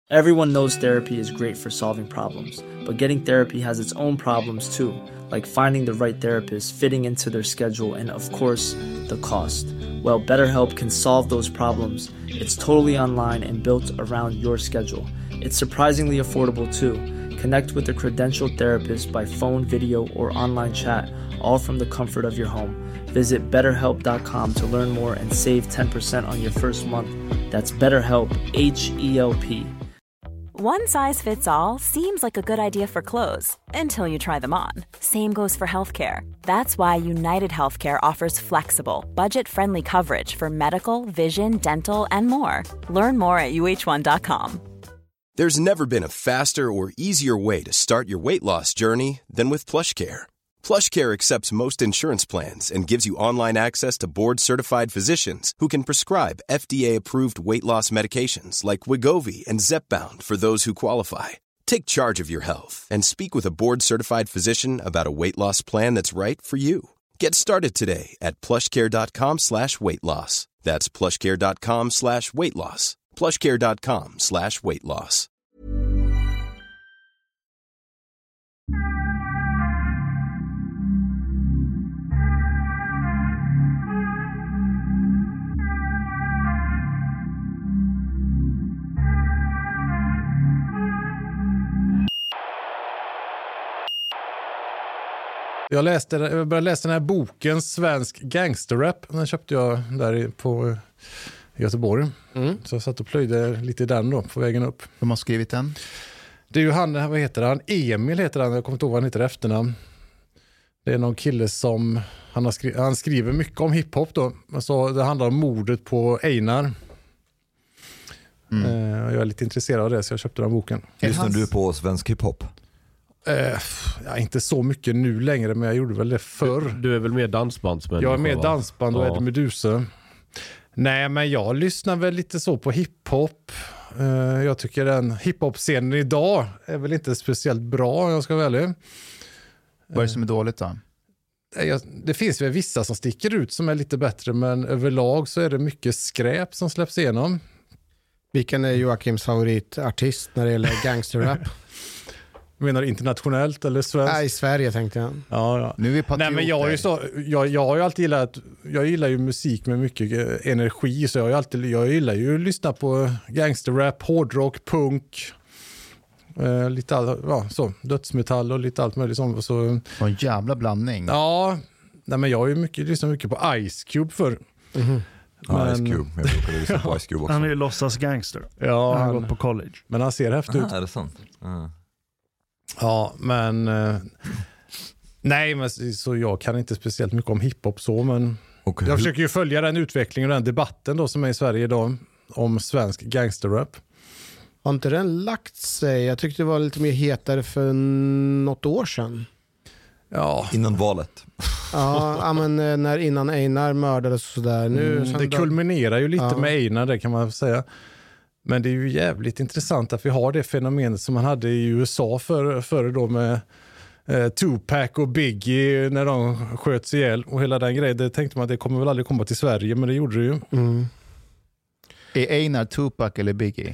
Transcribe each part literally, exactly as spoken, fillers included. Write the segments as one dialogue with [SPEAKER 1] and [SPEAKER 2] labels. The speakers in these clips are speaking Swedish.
[SPEAKER 1] Everyone knows therapy is great for solving problems, but getting therapy has its own problems too, like finding the right therapist, fitting into their schedule, and of course, the cost. Well, BetterHelp can solve those problems. It's totally online and built around your schedule. It's surprisingly affordable too. Connect with a credentialed therapist by phone, video, or online chat, all from the comfort of your home. Visit better help dot com to learn more and save ten percent on your first month. That's BetterHelp, H E L P.
[SPEAKER 2] One size fits all seems like a good idea for clothes until you try them on. Same goes for healthcare. That's why United Healthcare offers flexible, budget-friendly coverage for medical, vision, dental, and more. Learn more at U H one dot com.
[SPEAKER 3] There's never been a faster or easier way to start your weight loss journey than with PlushCare. PlushCare accepts most insurance plans and gives you online access to board-certified physicians who can prescribe F D A-approved weight loss medications like Wegovy and Zepbound for those who qualify. Take charge of your health and speak with a board-certified physician about a weight loss plan that's right for you. Get started today at plushcare.com slash weight loss. That's plushcare.com slash weight loss. plushcare.com slash weight loss.
[SPEAKER 4] Jag läste, jag började läsa den här boken Svensk gangsterrap. Den köpte jag där på Göteborg. Mm. Så jag satt och plöjde lite i den då på vägen upp.
[SPEAKER 5] Vem har skrivit den?
[SPEAKER 4] Det är ju han, vad heter han? Emil heter han, jag kommer inte ihåg vad han heter efternamn. Det är någon kille som, han, har skri- han skriver mycket om hiphop då. Så det handlar om mordet på Einar. Mm. Uh, jag är lite intresserad av det så jag köpte den boken.
[SPEAKER 6] Lyssnar du på svensk hiphop?
[SPEAKER 4] Uh, ja, inte så mycket nu längre, men jag gjorde väl det förr.
[SPEAKER 7] Du, du är väl mer dansbandsmänniska? Jag
[SPEAKER 4] är mer dansband och ja. Eddie Meduza. Nej, men jag lyssnar väl lite så på hiphop. Uh, jag tycker den hiphop-scenen idag är väl inte speciellt bra, jag ska välja.
[SPEAKER 5] Vad är det som är dåligt då?
[SPEAKER 4] Uh, det finns väl vissa som sticker ut som är lite bättre, men överlag så är det mycket skräp som släpps igenom.
[SPEAKER 8] Vilken är Joakims favoritartist när det gäller gangsterrap?
[SPEAKER 4] Menar du internationellt eller svenskt?
[SPEAKER 8] Nej, i Sverige tänkte jag.
[SPEAKER 4] Ja, ja.
[SPEAKER 5] Nu är vi patrioter.
[SPEAKER 4] Nej, men jag, är ju så, jag, jag har ju alltid gillat, jag gillar ju musik med mycket energi, så jag, har ju alltid, jag gillar ju att lyssna på gangsterrap, hårdrock, punk, eh, lite all, ja, så, dödsmetall och lite allt möjligt sånt. Så,
[SPEAKER 5] och en jävla blandning.
[SPEAKER 4] Ja, nej, men jag har ju mycket, lyssnat mycket på Ice Cube för.
[SPEAKER 6] Mm-hmm. Men, Ice Cube, jag brukade lyssna på Ice Cube också.
[SPEAKER 9] Han är ju låtsas gangster.
[SPEAKER 4] Ja,
[SPEAKER 9] han har
[SPEAKER 4] han
[SPEAKER 9] gått på college.
[SPEAKER 4] Men han ser häftigt ut.
[SPEAKER 6] Ah, är det sant? Ah.
[SPEAKER 4] Ja, men eh, nej, men så jag kan inte speciellt mycket om hiphop så, men okay. Jag försöker ju följa den utvecklingen och den debatten då som är i Sverige idag om svensk gangsterrap.
[SPEAKER 8] Har inte den lagt sig? Jag tyckte det var lite mer hetare för något år sedan.
[SPEAKER 4] Ja.
[SPEAKER 6] Innan valet.
[SPEAKER 8] Ja, men när innan Einar mördades och sådär. Nu,
[SPEAKER 4] mm, det kulminerar ju lite ja. med Einar, det kan man säga. Men det är ju jävligt intressant att vi har det fenomenet som man hade i U S A före för då med eh, Tupac och Biggie när de sköts ihjäl och hela den grejen. Det tänkte man att det kommer väl aldrig komma till Sverige, men det gjorde det ju.
[SPEAKER 8] Mm.
[SPEAKER 5] Är Einar Tupac eller Biggie?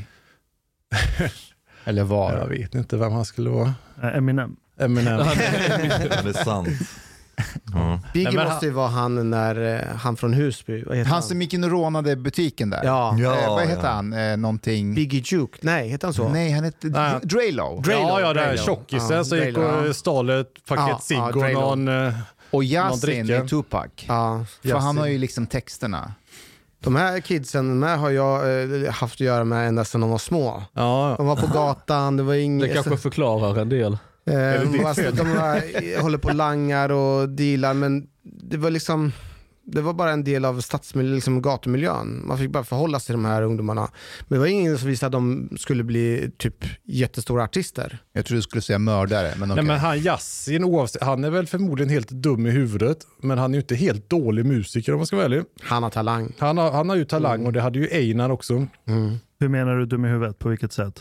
[SPEAKER 5] Eller var?
[SPEAKER 4] Jag vet inte vem han skulle vara.
[SPEAKER 9] Eminem.
[SPEAKER 4] Eminem.
[SPEAKER 6] Det är sant.
[SPEAKER 8] Mm. Biggie Nej, måste ju vara han när uh, han från Husby.
[SPEAKER 5] Han, han som gick in och rånade butiken där.
[SPEAKER 8] Ja.
[SPEAKER 5] ja eh, vad heter
[SPEAKER 8] ja.
[SPEAKER 5] han? Eh, någonting...
[SPEAKER 8] Biggie Juke. Nej, heter han så?
[SPEAKER 5] Nej, han heter
[SPEAKER 8] Nej.
[SPEAKER 5] Draylo.
[SPEAKER 4] Draylo. Ja, ja, det är tjockisen som gick och stal ett paket cigg ja, och någon uh,
[SPEAKER 5] och Yasin är Tupac.
[SPEAKER 8] Ja,
[SPEAKER 5] för Yasin. Han har ju liksom texterna.
[SPEAKER 8] De här kidsen med har jag eh, haft att göra med ända sedan de var små.
[SPEAKER 4] Ja.
[SPEAKER 8] De var på gatan, det var inget...
[SPEAKER 7] Det kanske förklarar en del.
[SPEAKER 8] Eh, de, var, de var, håller på langar och dealar, men det var liksom det var bara en del av stadsmiljön, liksom gatamiljön. Man fick bara förhålla sig till de här ungdomarna. Men det var ingen som visste att de skulle bli typ jättestora artister.
[SPEAKER 5] Jag tror du skulle säga mördare. Men, okay.
[SPEAKER 4] Nej, men han Yasin, oavsett, han är väl förmodligen helt dum i huvudet. Men han är ju inte helt dålig musiker om man ska välja.
[SPEAKER 8] Han har talang.
[SPEAKER 4] Han har, han har ju talang mm. och det hade ju Einar också.
[SPEAKER 8] Mm.
[SPEAKER 9] Hur menar du dum i huvudet? På vilket sätt?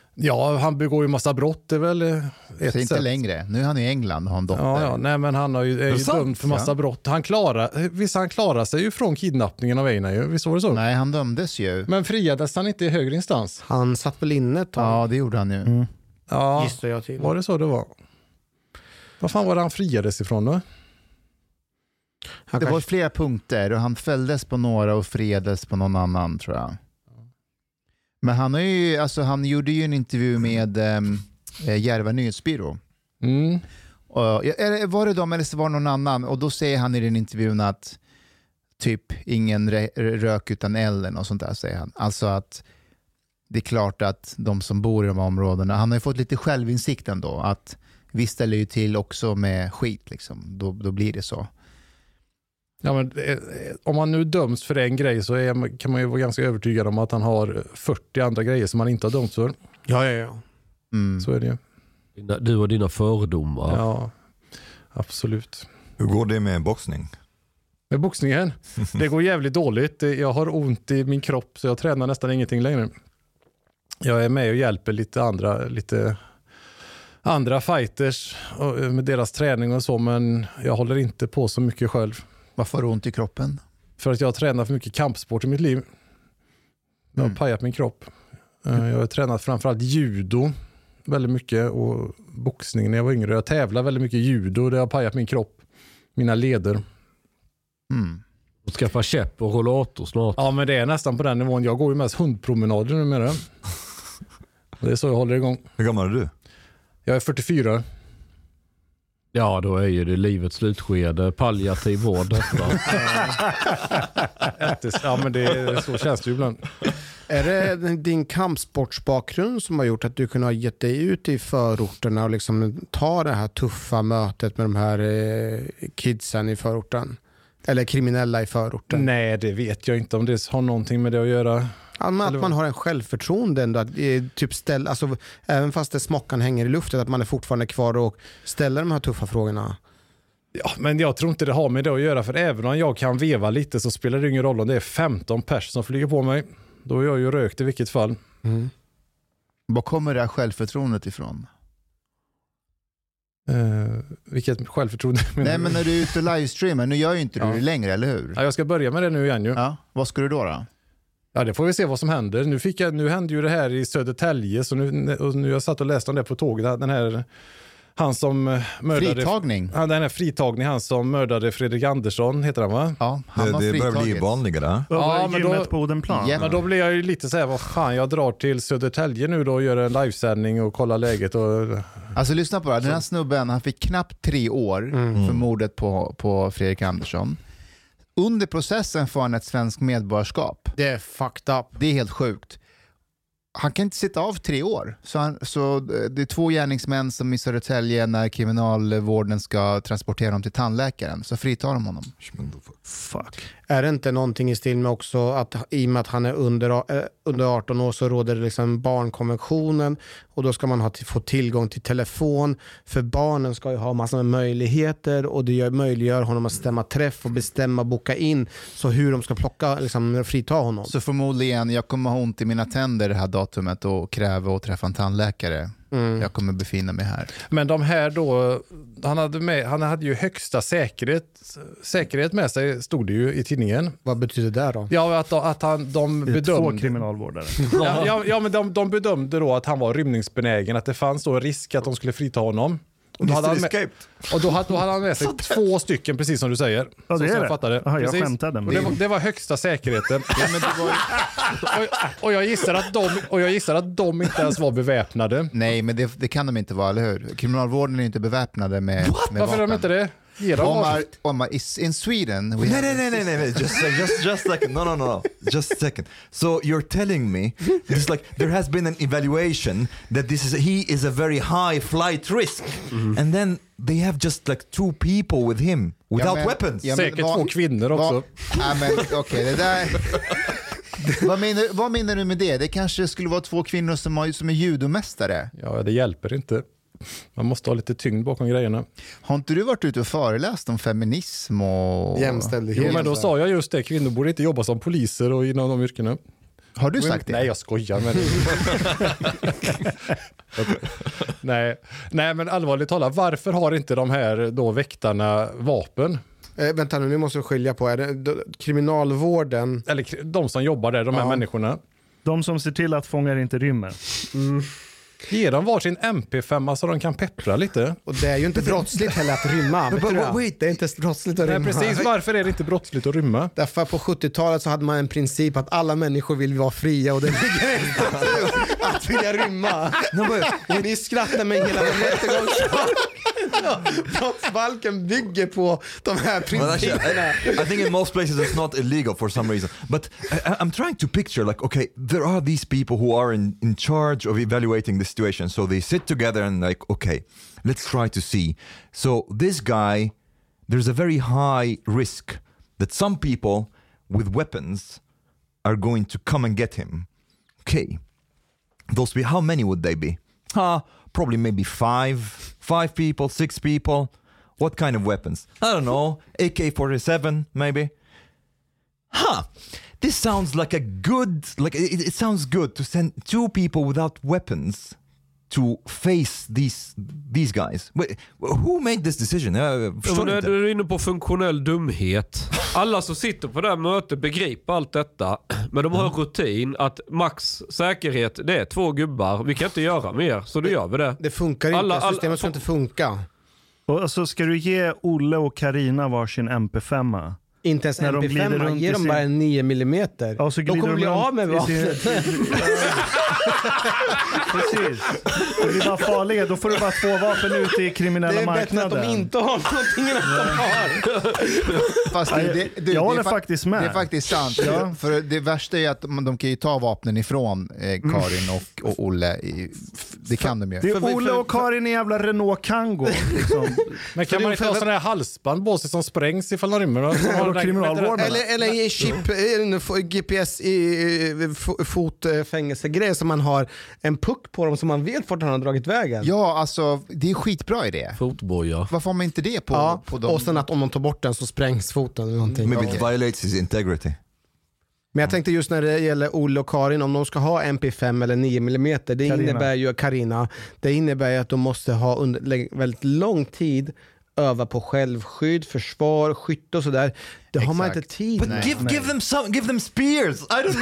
[SPEAKER 4] Ja, han begår ju massa brott, det är väl ett
[SPEAKER 5] sätt. Inte längre. Nu är han i England och har en dotter.
[SPEAKER 4] Ja, ja. Nej, men han har ju, är ju dömd för massa ja. brott. Han klarar, visst han klarar sig ju från kidnappningen av Einar ju. Visst var det så?
[SPEAKER 5] Nej, han dömdes ju.
[SPEAKER 4] Men friades han inte i högre instans?
[SPEAKER 8] Han satt väl inne ett tag.
[SPEAKER 5] Ja, det gjorde han ju. Mm.
[SPEAKER 4] Ja,
[SPEAKER 8] gissar jag till.
[SPEAKER 4] Var det så det var? Vad fan var det han friades ifrån då?
[SPEAKER 5] Han det kanske... var flera punkter och han fälldes på några och friades på någon annan, tror jag. Men han har ju, alltså han gjorde ju en intervju med eh, Järva Nyhetsbyrå.
[SPEAKER 4] Mm.
[SPEAKER 5] Och, eller var det de eller så var det någon annan? Och då säger han i den intervjun att typ ingen rök utan elden och sånt där, säger han. Alltså att det är klart att de som bor i de här områdena, han har ju fått lite självinsikt ändå, att vi ställer ju till också med skit liksom. Då, då blir det så.
[SPEAKER 4] Ja, men om man nu döms för en grej så är, kan man ju vara ganska övertygad om att han har fyrtio andra grejer som han inte har dömts för.
[SPEAKER 8] Ja, ja, ja.
[SPEAKER 4] Mm. Så är det ju.
[SPEAKER 7] Du och dina fördomar.
[SPEAKER 4] Ja, absolut.
[SPEAKER 6] Hur går det med boxning?
[SPEAKER 4] Med boxningen? Det går jävligt dåligt. Jag har ont i min kropp så jag tränar nästan ingenting längre. Jag är med och hjälper lite andra, lite andra fighters med deras träning och så, men jag håller inte på så mycket själv.
[SPEAKER 5] Varför har du ont i kroppen?
[SPEAKER 4] För att jag har tränat för mycket kampsport i mitt liv. Jag har mm. pajat min kropp. Jag har tränat framförallt judo väldigt mycket och boxning när jag var yngre. Jag tävlar väldigt mycket judo, det har pajat min kropp, mina leder.
[SPEAKER 5] Mm.
[SPEAKER 7] Och skaffa käpp och rollator snart.
[SPEAKER 4] Ja, men det är nästan på den nivån. Jag går ju mest hundpromenader nu med det. Det är så jag håller igång.
[SPEAKER 6] Hur gammal är du?
[SPEAKER 4] Jag är fyrtiofyra.
[SPEAKER 7] Ja, då är ju det livets slutskede, palliativ vård.
[SPEAKER 4] Ja, men det, så känns det ju ibland.
[SPEAKER 8] Är det din kampsportsbakgrund som har gjort att du kunde ha gett dig ut i förorterna och liksom ta det här tuffa mötet med de här eh, kidsen i förorten? Eller kriminella i förorten?
[SPEAKER 4] Nej, det vet jag inte om det har någonting med det att göra.
[SPEAKER 8] Ja, men att man har en självförtroende ändå, att typ ställa, alltså, även fast det smockan hänger i luften, att man är fortfarande kvar och ställer de här tuffa frågorna.
[SPEAKER 4] Ja, men jag tror inte det har med det att göra, för även om jag kan veva lite så spelar det ingen roll om det är femton pers som flyger på mig. Då är jag ju rökt i vilket fall.
[SPEAKER 5] Mm. Var kommer det här självförtroendet ifrån?
[SPEAKER 4] Uh, vilket självförtroende?
[SPEAKER 5] Nej, men när du är ute och livestreamar, nu gör ju inte du
[SPEAKER 4] ja.
[SPEAKER 5] det längre, eller hur?
[SPEAKER 4] Ja, jag ska börja med det nu igen ju.
[SPEAKER 5] Ja. Vad ska du då då?
[SPEAKER 4] Ja, det får vi se vad som händer. Nu, fick jag, nu hände ju det här i Södertälje, så nu, och nu har jag satt och läst om det på tåget. Den här, han som mördade...
[SPEAKER 5] Fritagning?
[SPEAKER 4] Ja, den här fritagning, han som mördade Fredrik Andersson, heter han va?
[SPEAKER 5] Ja, han
[SPEAKER 6] det,
[SPEAKER 5] var
[SPEAKER 6] det börjar bli
[SPEAKER 5] fritaget.
[SPEAKER 6] vanligare.
[SPEAKER 9] Ja, men då, på Odenplan.
[SPEAKER 5] Yeah.
[SPEAKER 4] Men då blir jag ju lite så här, vad fan, jag drar till Södertälje nu då och gör en livesändning och kollar läget. Och...
[SPEAKER 5] Alltså lyssna på det, den här snubben, han fick knappt tre år mm. för mordet på, på Fredrik Andersson. Under processen får han ett svenskt medborgarskap.
[SPEAKER 8] Det är fucked up.
[SPEAKER 5] Det är helt sjukt. Han kan inte sitta av tre år. Så, han, så det är två gärningsmän som i Södertälje när kriminalvården ska transportera dem till tandläkaren. Så fritar de honom.
[SPEAKER 8] Fuck. Är det inte någonting i stil med också att i och med att han är under, äh, under arton år så råder det liksom barnkonventionen och då ska man ha t- få tillgång till telefon, för barnen ska ju ha massor med möjligheter och det gör, möjliggör honom att stämma träff och bestämma, boka in så hur de ska plocka, liksom frita honom.
[SPEAKER 5] Så förmodligen, jag kommer ha ont i mina tänder det här datumet och kräva att träffa en tandläkare. Mm. Jag kommer befinna mig här.
[SPEAKER 4] Men de här då, han hade, med, han hade ju högsta säkerhet, säkerhet med sig, stod det ju i tidningen.
[SPEAKER 8] Vad betyder det då?
[SPEAKER 4] Ja, att, att han, de
[SPEAKER 9] det är
[SPEAKER 4] bedömde...
[SPEAKER 9] två kriminalvårdare.
[SPEAKER 4] ja, ja, ja, men de, de bedömde då att han var rymningsbenägen, att det fanns då en risk att de skulle frita honom. Och då, hade han med, och då, hade, då hade han med sig två stycken, precis som du säger.
[SPEAKER 9] Ja, det är
[SPEAKER 4] jag
[SPEAKER 9] det.
[SPEAKER 4] fattade.
[SPEAKER 9] Aha, jag
[SPEAKER 4] precis.
[SPEAKER 9] skämtade.
[SPEAKER 4] Och det, var, det var högsta säkerheten. ja, men det var, och, och, jag gissar att de, och jag gissar att de inte ens var beväpnade.
[SPEAKER 5] Nej, men det, det kan de inte vara, eller hur? Kriminalvården är inte beväpnade med, med
[SPEAKER 4] Varför
[SPEAKER 5] vapen.
[SPEAKER 4] är de inte det?
[SPEAKER 5] Omar, Omar, is in Sweden.
[SPEAKER 6] We nej, nej, nej, nej, nej, just, just, just a second. No, no, no, just a second. So you're telling me it's like there has been an evaluation that this is he is a very high flight risk, mm. and then they have just like two people with him without ja, men, weapons.
[SPEAKER 4] Ja, Säkert var, två kvinnor också.
[SPEAKER 5] Var, ja, men okej, okay, det där. vad, menar, vad menar du med det? Det kanske skulle vara två kvinnor som, har, som är judomästare.
[SPEAKER 4] Ja, det hjälper inte. Man måste ha lite tyngd bakom grejerna.
[SPEAKER 5] Har inte du varit ute och föreläst om feminism och
[SPEAKER 8] jämställdhet?
[SPEAKER 4] Jo, men då sa jag just det. Kvinnor borde inte jobba som poliser och inom de yrkena.
[SPEAKER 5] Har du sagt det?
[SPEAKER 4] Nej, jag skojar med det. nej. nej, men allvarligt talat, varför har inte de här då väktarna vapen?
[SPEAKER 8] Eh, vänta nu, nu måste vi skilja på. Är det, d- kriminalvården...
[SPEAKER 4] Eller de som jobbar där, de här
[SPEAKER 8] Ja.
[SPEAKER 4] människorna.
[SPEAKER 9] De som ser till att fångar inte rymmer.
[SPEAKER 8] Mm.
[SPEAKER 4] Ge dem varsin M P fem så de kan peppra lite.
[SPEAKER 8] Och det är ju inte brottsligt heller att rymma. Vet du det?
[SPEAKER 6] wait.
[SPEAKER 8] Det är inte brottsligt att
[SPEAKER 4] Nej,
[SPEAKER 8] rymma.
[SPEAKER 4] precis. Varför är det inte brottsligt att rymma?
[SPEAKER 8] Därför på sjuttiotalet så hade man en princip att alla människor vill vara fria och det ligger i natur att vilja rymma. Och ni skrattar med hela den rättegångsbalken. Brottsbalken bygger på de här
[SPEAKER 6] Well, actually,
[SPEAKER 8] principerna.
[SPEAKER 6] I, I think in most places it's not illegal for some reason. But I, I'm trying to picture, like, okay, there are these people who are in, in charge of evaluating the situation. So they sit together and like, okay, let's try to see. So this guy, there's a very high risk that some people with weapons are going to come and get him. Okay. Those be, how many would they be? Huh, probably maybe five, five people, six people. What kind of weapons? I don't know, A K forty-seven maybe. Huh, this sounds like a good, like it, it sounds good to send two people without weapons to face these these guys. Wait, who made this decision? Uh,
[SPEAKER 10] Ja, men du är inne på funktionell dumhet. Alla som sitter på det här mötet begriper allt detta. Men de har en rutin att max säkerhet, det är två gubbar. Vi kan inte göra mer, så då gör vi det.
[SPEAKER 8] Det funkar inte,
[SPEAKER 10] Alla- alla-
[SPEAKER 8] systemet ska inte funka.
[SPEAKER 9] Och så ska du ge Olle och Karina varsin M P fem.
[SPEAKER 8] Inte ens
[SPEAKER 9] När
[SPEAKER 8] en
[SPEAKER 9] de
[SPEAKER 8] M P
[SPEAKER 9] glider
[SPEAKER 8] fem,
[SPEAKER 9] runt
[SPEAKER 8] ge
[SPEAKER 9] i
[SPEAKER 8] dem
[SPEAKER 9] sin-
[SPEAKER 8] bara en nio millimeter.
[SPEAKER 9] Ja, så
[SPEAKER 8] de
[SPEAKER 9] glider
[SPEAKER 8] kommer bli
[SPEAKER 9] runt
[SPEAKER 8] av med
[SPEAKER 9] i sin-
[SPEAKER 8] vapnet.
[SPEAKER 9] Precis. Det blir bara farliga. Då får du bara två vapen ute i kriminella
[SPEAKER 8] Det är bättre
[SPEAKER 9] marknaden.
[SPEAKER 8] att de inte har någonting än att de har.
[SPEAKER 5] Fast det, det, det,
[SPEAKER 9] Jag håller
[SPEAKER 5] det är fa-
[SPEAKER 9] faktiskt med.
[SPEAKER 5] Det är faktiskt sant.
[SPEAKER 9] Ja.
[SPEAKER 5] För det värsta är att de, de kan ju ta vapnen ifrån eh, Karin och, och Olle. I, f- det kan de ju.
[SPEAKER 9] Det är
[SPEAKER 8] För-
[SPEAKER 9] Olle
[SPEAKER 8] för-
[SPEAKER 9] och Karin i jävla Renault Kangoo. Liksom.
[SPEAKER 4] Men kan
[SPEAKER 8] det
[SPEAKER 4] man
[SPEAKER 8] är
[SPEAKER 4] inte
[SPEAKER 8] för-
[SPEAKER 4] ha sådana här halsband på sig som sprängs ifall de rymmer? Som har-
[SPEAKER 9] Och kriminalvården.
[SPEAKER 8] Eller, eller i chip, en f- G P S i f- fotfängelsegrej som man har en puck på dem som man vet vart han har dragit vägen.
[SPEAKER 5] Ja, alltså det är en skitbra idé.
[SPEAKER 10] Fotboja.
[SPEAKER 5] Varför har man inte det på,
[SPEAKER 8] Ja,
[SPEAKER 5] på dem?
[SPEAKER 8] och sen att om de tar bort den så sprängs foten eller någonting.
[SPEAKER 6] Maybe it violates his integrity.
[SPEAKER 8] Men jag tänkte just när det gäller Olle och Karin, om de ska ha M P fem eller nio millimeter, det
[SPEAKER 9] Carina.
[SPEAKER 8] innebär ju Karina, det innebär ju att de måste ha under lä- väldigt lång tid öva på självskydd, försvar, skytte och sådär. Det har man
[SPEAKER 5] Exakt.
[SPEAKER 8] inte tid
[SPEAKER 6] But
[SPEAKER 8] med.
[SPEAKER 6] give give them some, give them spears. I don't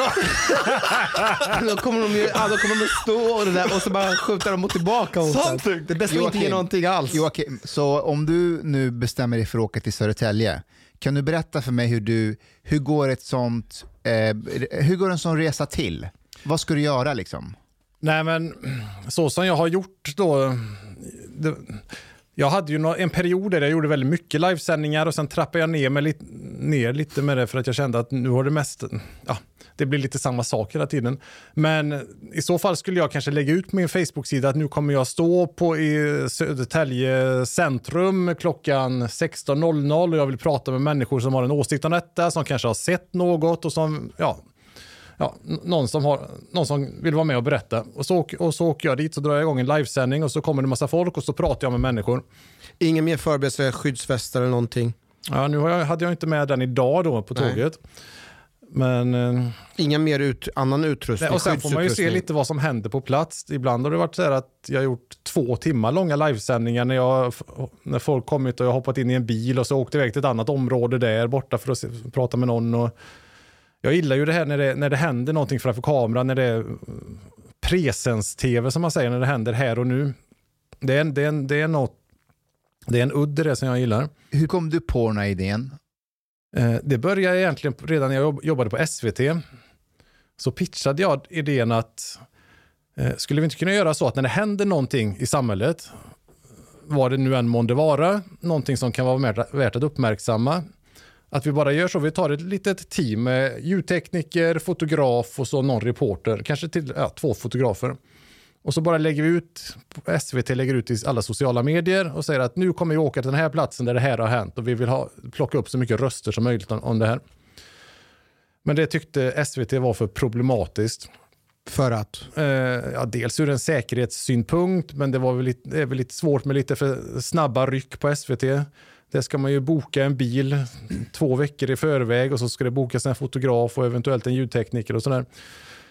[SPEAKER 6] know.
[SPEAKER 8] Då kommer de ju, ja, då kommer de att stå och, det där, och så bara skjuter de mot tillbaka. Och så. Det är bäst att inte ge
[SPEAKER 5] Joakim,
[SPEAKER 8] någonting alls.
[SPEAKER 5] Joakim, så om du nu bestämmer dig för att åka till Södertälje, kan du berätta för mig hur du, hur går ett sånt, eh, hur går en sån resa till? Vad ska du göra liksom?
[SPEAKER 4] Nej, men så som jag har gjort då... Det, jag hade ju nå- en period där jag gjorde väldigt mycket livesändningar och sen trappade jag ner, mig lite, ner lite med det för att jag kände att nu har det mest... Ja, det blir lite samma sak hela tiden. Men i så fall skulle jag kanske lägga ut på min Facebook-sida att nu kommer jag stå på i Södertälje centrum klockan sexton noll noll och jag vill prata med människor som har en åsikt om detta, som kanske har sett något och som... Ja, Ja, n- någon, som har, någon som vill vara med och berätta. Och så, åk- och så åker jag dit, så drar jag igång en livesändning och så kommer det en massa folk och så pratar jag med människor.
[SPEAKER 8] Ingen mer förberedelse, skyddsvästar eller någonting.
[SPEAKER 4] Ja, nu har jag, hade jag inte med den idag då på
[SPEAKER 8] Nej.
[SPEAKER 4] tåget. Men... Eh,
[SPEAKER 8] Ingen mer ut, annan utrustning.
[SPEAKER 4] nej, och sen får man ju se
[SPEAKER 8] skyddsutrustning.
[SPEAKER 4] lite vad som händer på plats. Ibland har det varit så här att jag har gjort två timmar långa livesändningar när, jag, när folk kommit och jag har hoppat in i en bil och så åkt iväg till ett annat område där borta för att se, prata med någon. Och jag gillar ju det här när det, när det händer någonting framför kameran, när det är presens-tv som man säger, när det händer här och nu. Det är, en, det är, en, det är, något, det är en udd i det som jag gillar.
[SPEAKER 5] Hur kom du på den här idén?
[SPEAKER 4] Eh, det började egentligen redan när jag jobb, jobbade på S V T. Så pitchade jag idén att eh, skulle vi inte kunna göra så att när det händer någonting i samhället, vad det nu än månde vara, någonting som kan vara värt, värt att uppmärksamma, att vi bara gör så, vi tar ett litet team med ljudtekniker, fotograf och så någon reporter, kanske till ja, två fotografer. Och så bara lägger vi ut, S V T lägger ut i alla sociala medier och säger att nu kommer vi åka till den här platsen där det här har hänt och vi vill ha, plocka upp så mycket röster som möjligt om, om det här. Men det tyckte S V T var för problematiskt.
[SPEAKER 8] För att?
[SPEAKER 4] Eh, ja, dels ur en säkerhetssynpunkt, men det var väl lite, det är väl lite svårt med lite för snabba ryck på S V T. Där ska man ju boka en bil två veckor i förväg och så ska det bokas en fotograf och eventuellt en ljudtekniker och sådär.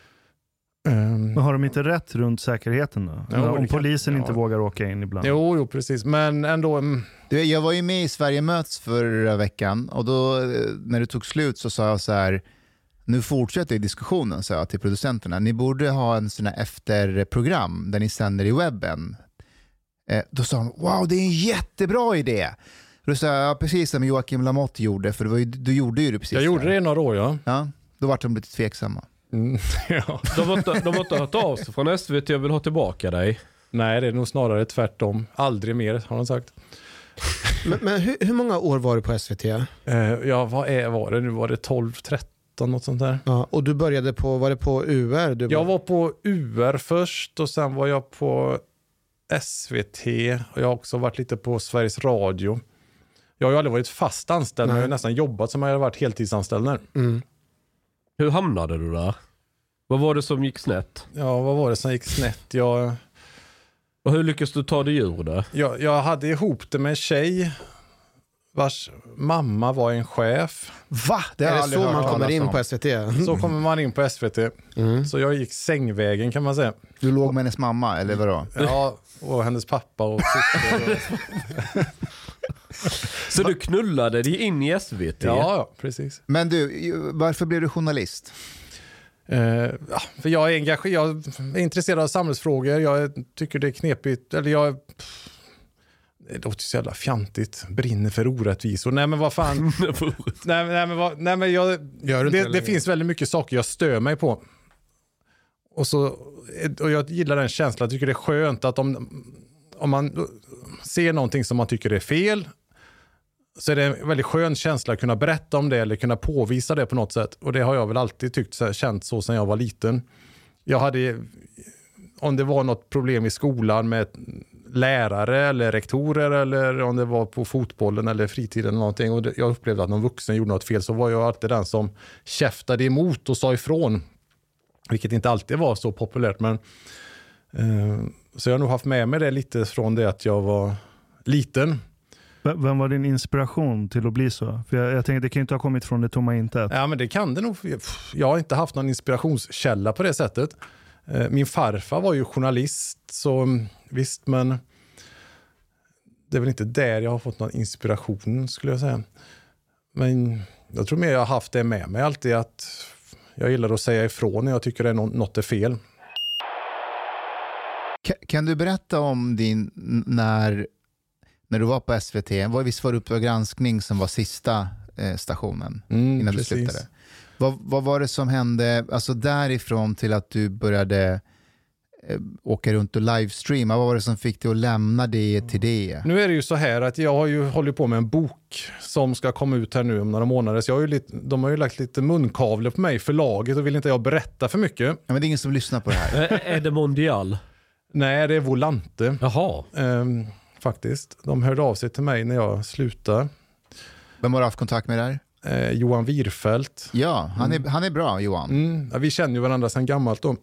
[SPEAKER 4] Um,
[SPEAKER 9] Men har de inte rätt runt säkerheten då?
[SPEAKER 4] Jo,
[SPEAKER 9] Om
[SPEAKER 4] kan,
[SPEAKER 9] polisen
[SPEAKER 4] ja.
[SPEAKER 9] inte vågar åka in ibland.
[SPEAKER 4] Jo, jo precis. Men ändå... Um...
[SPEAKER 5] Du, jag var ju med i Sverige möts förra veckan och då när det tog slut så sa jag så här, nu fortsätter diskussionen, sa jag till producenterna. Ni borde ha en sån här efterprogram där ni sänder i webben. Eh, då sa de, wow, det är en jättebra idé. Då sa jag, ja, precis som Joakim Lamotte gjorde, för det var ju, du gjorde ju det precis.
[SPEAKER 4] Jag gjorde
[SPEAKER 5] där.
[SPEAKER 4] det i några år, ja.
[SPEAKER 5] Ja, då var de lite tveksamma.
[SPEAKER 4] Mm, ja.
[SPEAKER 10] De har inte, de har inte hört av sig från S V T och vill ha tillbaka dig.
[SPEAKER 4] Nej, det är nog snarare tvärtom. Aldrig mer, har de sagt.
[SPEAKER 8] Men, men hur, hur många år var du på S V T?
[SPEAKER 4] Uh, ja, vad är, var det nu? Var det tolv tretton, något sånt där?
[SPEAKER 8] Ja, och du började på, var det på U R? Du
[SPEAKER 4] jag var på U R först och sen var jag på S V T och jag har också varit lite på Sveriges Radio. Jag har ju aldrig varit fast anställd, men jag har nästan jobbat som jag har varit heltidsanställd där.
[SPEAKER 8] Mm.
[SPEAKER 10] Hur hamnade du där? Vad var det som gick snett?
[SPEAKER 4] Ja, vad var det som gick snett? Jag,
[SPEAKER 10] och hur lyckades du ta dig ur det?
[SPEAKER 4] Jag, jag hade ihop det med en tjej vars mamma var en chef.
[SPEAKER 5] Va? Det
[SPEAKER 8] är det så man kommer in på S V T?
[SPEAKER 4] Så kommer man in på S V T. Mm. Så jag gick sängvägen, kan man säga.
[SPEAKER 5] Du låg med hennes mamma, eller vadå?
[SPEAKER 4] Ja, och hennes pappa och syster.
[SPEAKER 10] Så du knullade dig in i S V T?
[SPEAKER 4] Ja, ja, precis.
[SPEAKER 5] Men du, varför blev du journalist?
[SPEAKER 4] Uh, ja, för jag är engagerad, jag är intresserad av samhällsfrågor. Jag tycker det är knepigt, eller jag pff, det låter så jävla fjantigt, brinner för orättvisor. Nej men vad fan. nej, nej men vad, nej men jag det, det, det finns väldigt mycket saker jag stör mig på. Och så och jag gillar den känslan, jag tycker det är skönt att om om man ser någonting som man tycker är fel, så är det en väldigt skön känsla att kunna berätta om det eller kunna påvisa det på något sätt. Och det har jag väl alltid tyckt så här, känt så sedan jag var liten. Jag hade, om det var något problem i skolan med lärare eller rektorer eller om det var på fotbollen eller fritiden eller någonting och det, jag upplevde att någon vuxen gjorde något fel, så var jag alltid den som käftade emot och sa ifrån. Vilket inte alltid var så populärt, men eh, så jag har nog haft med mig det lite från det att jag var liten.
[SPEAKER 9] Vem var din inspiration till att bli så? För jag, jag tänker det kan ju inte ha kommit från det tomma intet.
[SPEAKER 4] Ja, men det kan det nog. Jag har inte haft någon inspirationskälla på det sättet. Min farfar var ju journalist, så visst, men det är väl inte där jag har fått någon inspiration, skulle jag säga. Men jag tror mer jag har haft det med mig alltid, att jag gillar att säga ifrån när jag tycker att något är fel.
[SPEAKER 5] Kan du berätta om din, när, när du var på S V T, var, visst var det Uppdrag granskning som var sista eh, stationen
[SPEAKER 4] mm,
[SPEAKER 5] innan
[SPEAKER 4] precis.
[SPEAKER 5] du slutade? Vad, vad var det som hände, alltså därifrån till att du började eh, åka runt och livestreama? Vad var det som fick dig att lämna det till det?
[SPEAKER 4] Nu är det ju så här att jag har ju hållit på med en bok som ska komma ut här nu om några månader. Så jag har ju lite, de har ju lagt lite munkavle på mig, förlaget, och vill inte jag berätta för mycket.
[SPEAKER 5] Ja, men det är ingen som lyssnar på det här.
[SPEAKER 10] Är det Mondial?
[SPEAKER 4] Nej, det är Volante.
[SPEAKER 10] Jaha.
[SPEAKER 4] Ehm, faktiskt. De hörde av sig till mig när jag slutade.
[SPEAKER 5] Vem har du haft kontakt med där?
[SPEAKER 4] Eh, Johan Wirfelt.
[SPEAKER 5] Ja, han är, mm. han är bra, Johan.
[SPEAKER 4] Mm, ja, vi känner ju varandra sedan gammalt då.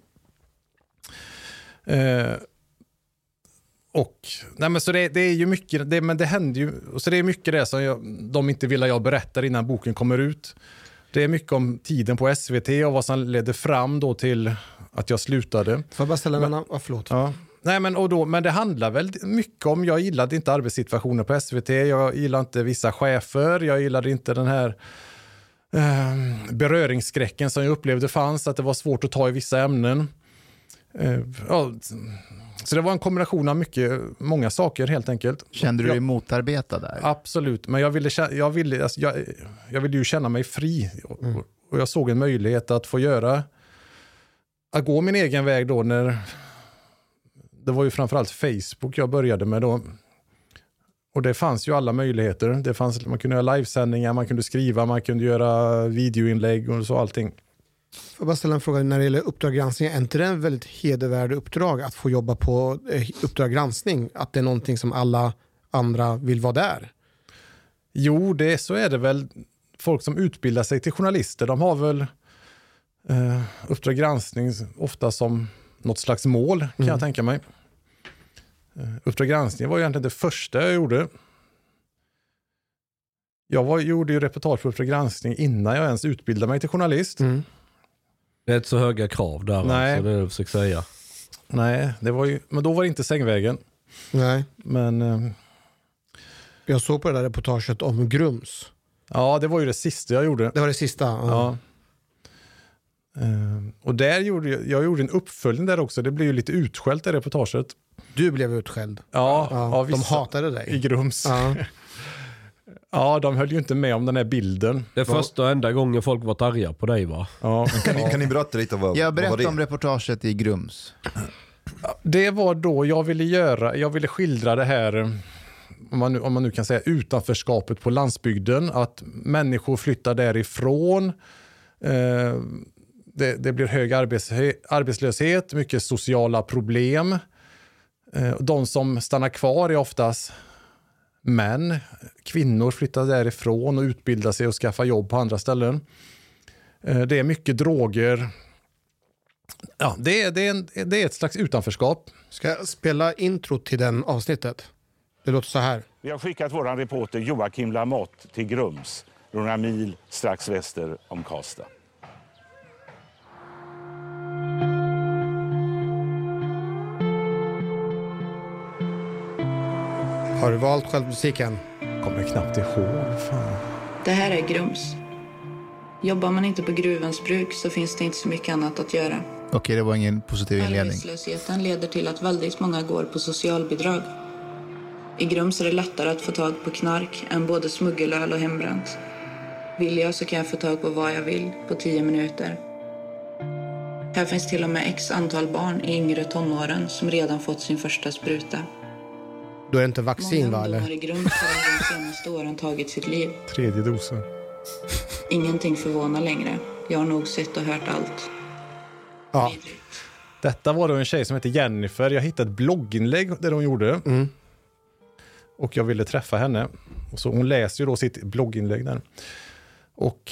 [SPEAKER 4] Eh, och nej men så det, det är ju mycket det, men det händer ju, och så det är mycket det som jag, de inte vill att jag berättar innan boken kommer ut. Det är mycket om tiden på S V T och vad som ledde fram då till att jag slutade.
[SPEAKER 8] Får jag bara ställa en annan? Oh, förlåt.
[SPEAKER 4] Ja. Nej, men, och då, men det handlar väl mycket om, jag gillade inte arbetssituationen på S V T, jag gillade inte vissa chefer, jag gillade inte den här eh, beröringsskräcken som jag upplevde fanns, att det var svårt att ta i vissa ämnen. Eh, ja, så det var en kombination av mycket, många saker helt enkelt.
[SPEAKER 5] Kände du dig
[SPEAKER 4] jag,
[SPEAKER 5] motarbetad där?
[SPEAKER 4] Absolut, men jag ville, jag ville, alltså, jag, jag ville ju känna mig fri mm. och, och jag såg en möjlighet att få göra, att gå min egen väg då när det var ju framförallt Facebook jag började med då. Och det fanns ju alla möjligheter. Det fanns, man kunde göra livesändningar, man kunde skriva, man kunde göra videoinlägg och så allting.
[SPEAKER 8] Får jag bara ställa en fråga när det gäller Uppdrag granskning. Är inte det en väldigt hedervärd uppdrag att få jobba på Uppdrag granskning? Att det är någonting som alla andra vill vara där?
[SPEAKER 4] Jo, det, så är det väl. Folk som utbildar sig till journalister, de har väl eh, Uppdrag granskning ofta som något slags mål, kan mm. jag tänka mig. Uh, Uppdrag granskning var ju egentligen det första jag gjorde. Jag var, gjorde ju reportage för Uppdrag granskning innan jag ens utbildade mig till journalist. Mm.
[SPEAKER 7] Det är inte så höga krav där.
[SPEAKER 4] Nej.
[SPEAKER 7] Alltså, det är det jag försöker säga.
[SPEAKER 4] Nej, det var ju, men då var det inte Sängvägen.
[SPEAKER 8] Nej.
[SPEAKER 4] Men... Eh,
[SPEAKER 8] jag såg på det där reportaget om Grums.
[SPEAKER 4] Ja, det var ju det sista jag gjorde.
[SPEAKER 8] Det var det sista? Ja.
[SPEAKER 4] Ja. Uh, och där gjorde jag, jag gjorde en uppföljning där också. Det blev ju lite utskällt i reportaget.
[SPEAKER 8] Du blev utskälld?
[SPEAKER 4] Ja,
[SPEAKER 8] ja.
[SPEAKER 4] av
[SPEAKER 8] De hatade dig?
[SPEAKER 4] I Grums.
[SPEAKER 8] Ja.
[SPEAKER 4] Ja, de höll ju inte med om den här bilden.
[SPEAKER 7] Det är första och enda gången folk var arga på dig, va?
[SPEAKER 4] Ja.
[SPEAKER 6] Kan, ni, kan ni berätta lite vad,
[SPEAKER 5] Jag
[SPEAKER 6] vad
[SPEAKER 5] berättar
[SPEAKER 6] det
[SPEAKER 5] om reportaget i Grums.
[SPEAKER 4] Det var då jag ville göra, jag ville skildra det här, om man nu, om man nu kan säga, utanförskapet på landsbygden. Att människor flyttar därifrån. Eh, det, det blir hög arbets, arbetslöshet, mycket sociala problem. Eh, de som stannar kvar är oftast män. Kvinnor flyttar därifrån och utbildar sig och skaffar jobb på andra ställen. Eh, det är mycket droger. Ja, det är, det, är en, det är ett slags utanförskap.
[SPEAKER 8] Ska jag spela intro till den avsnittet? Det låter så här.
[SPEAKER 11] Vi har skickat vår reporter Joakim Lamotte till Grums, några mil strax väster om Karlstad.
[SPEAKER 8] Har du valt själv musiken?
[SPEAKER 4] Kommer knappt ihåg. Fan.
[SPEAKER 12] Det här är Grums. Jobbar man inte på gruvens bruk så finns det inte så mycket annat att göra.
[SPEAKER 5] Okej, det var ingen positiv inledning.
[SPEAKER 12] Arbetslösheten leder till att väldigt många går på socialbidrag. I Grums är det lättare att få tag på knark än både smuggelöl och hembränt. Vill jag så kan jag få tag på vad jag vill på tio minuter. Här finns till och med x antal barn i yngre tonåren som redan fått sin första spruta.
[SPEAKER 8] Då är det inte vaccin, va?
[SPEAKER 12] Många ungdomar i Grums har de senaste åren tagit sitt liv.
[SPEAKER 4] Tredje dosen.
[SPEAKER 12] Ingenting förvånar längre. Jag har nog sett och hört allt.
[SPEAKER 8] Ja.
[SPEAKER 4] Detta var då en tjej som heter Jennifer. Jag hittade ett blogginlägg där hon gjorde.
[SPEAKER 8] Mm.
[SPEAKER 4] Och jag ville träffa henne. Och så hon läser ju då sitt blogginlägg där. Och...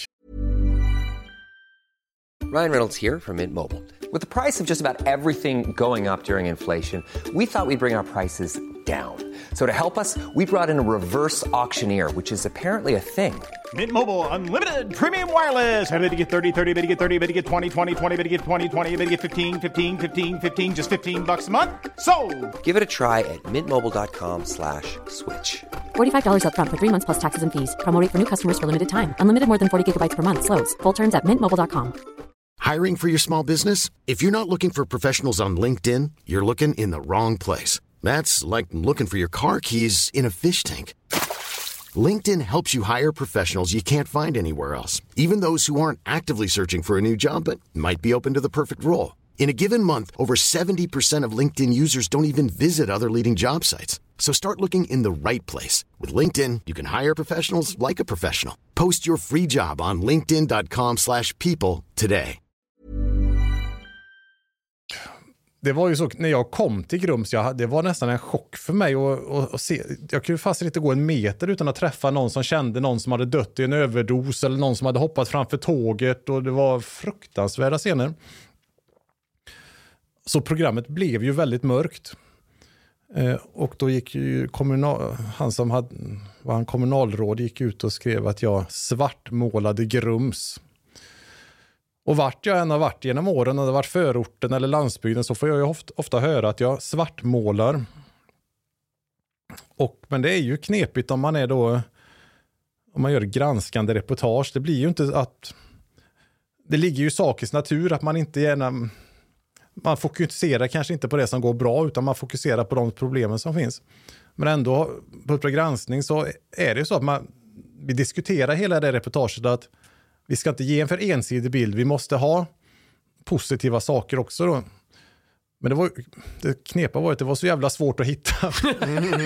[SPEAKER 13] Ryan Reynolds here from Mint Mobile. With the price of just about everything going up during inflation, we thought we'd bring our prices down. So to help us, we brought in a reverse auctioneer, which is apparently a thing.
[SPEAKER 14] Mint Mobile Unlimited Premium Wireless. How to get thirty, thirty, how to get thirty, how to get twenty, twenty, twenty, how to get twenty, twenty, how to get fifteen, fifteen, fifteen, fifteen, just fifteen bucks a month? Sold!
[SPEAKER 13] Give it a try at mintmobile.com slash switch.
[SPEAKER 15] forty-five dollars up front for three months plus taxes and fees. Promo rate for new customers for limited time. Unlimited more than forty gigabytes per month. Slows full terms at mint mobile dot com.
[SPEAKER 16] Hiring for your small business? If you're not looking for professionals on LinkedIn, you're looking in the wrong place. That's like looking for your car keys in a fish tank. LinkedIn helps you hire professionals you can't find anywhere else, even those who aren't actively searching for a new job but might be open to the perfect role. In a given month, over seventy percent of LinkedIn users don't even visit other leading job sites. So start looking in the right place. With LinkedIn, you can hire professionals like a professional. Post your free job on linkedin dot com slash people today.
[SPEAKER 4] Det var ju så, när jag kom till Grums, jag, det var nästan en chock för mig att se. Jag kunde fast inte gå en meter utan att träffa någon som kände någon som hade dött i en överdos eller någon som hade hoppat framför tåget, och det var fruktansvärda scener. Så programmet blev ju väldigt mörkt. Eh, och då gick ju kommunal, han som hade, var han kommunalråd gick ut och skrev att jag svartmålade Grums. Och vart jag än har varit genom åren, när det varit förorten eller landsbygden, så får jag ju ofta, ofta höra att jag svartmålar. Och, men det är ju knepigt om man är då, om man gör granskande reportage. Det blir ju inte att, det ligger ju i sakens natur att man inte gärna, man fokuserar kanske inte på det som går bra, utan man fokuserar på de problemen som finns. Men ändå på Uppdrag granskning så är det ju så att man, vi diskuterar hela det reportaget att vi ska inte ge en för ensidig bild. Vi måste ha positiva saker också då. Men det var, det knepa var att det var så jävla svårt att hitta. Mm.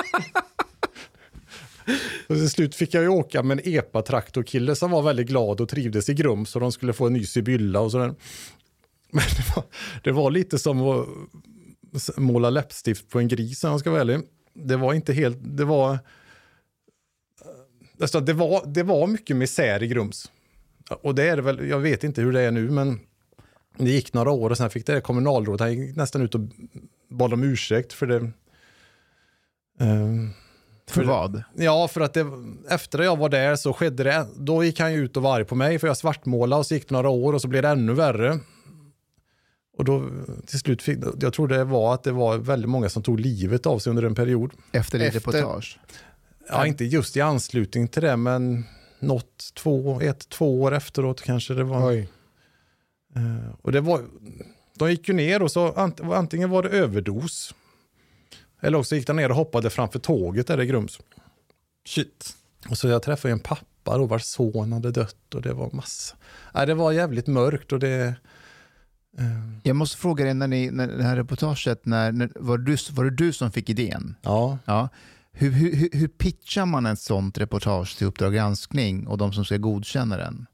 [SPEAKER 4] Och till slut fick jag ju åka med en epa-traktorkille som var väldigt glad och trivdes i Grums, så de skulle få en ny Sibylla och sådär. Men det var, det var lite som att måla läppstift på en gris, om jag ska vara ärlig. Det var inte helt, det var alltså det var, det var mycket misär i Grums. Och det är det väl, jag vet inte hur det är nu, men det gick några år och sen fick det kommunalråd, han gick nästan ut och bad om ursäkt för det. Um,
[SPEAKER 5] För vad?
[SPEAKER 4] Ja, för att det, efter jag var där så skedde det, då gick han ju ut och var arg på mig för jag svartmålade och så gick det några år och så blev det ännu värre. Och då till slut fick, jag tror det var att det var väldigt många som tog livet av sig under en period.
[SPEAKER 5] Efter det reportage?
[SPEAKER 4] Ja, inte just i anslutning till det, men något, två, ett, två år efteråt kanske det var.
[SPEAKER 8] Oj.
[SPEAKER 4] Uh, och det var, de gick ju ner och så ant, antingen var det överdos eller också gick de ner och hoppade framför tåget där i Grums.
[SPEAKER 6] Shit.
[SPEAKER 4] Och så jag träffade en pappa och vars son hade dött och det var massa. Nej, det var jävligt mörkt och det... Uh...
[SPEAKER 5] Jag måste fråga dig, när, ni, när det här reportaget, när, när, var, det du, var det du som fick idén?
[SPEAKER 4] Ja.
[SPEAKER 5] Ja. Hur, hur, hur pitchar man ett sånt reportage till Uppdrag granskning och de som ska godkänna den?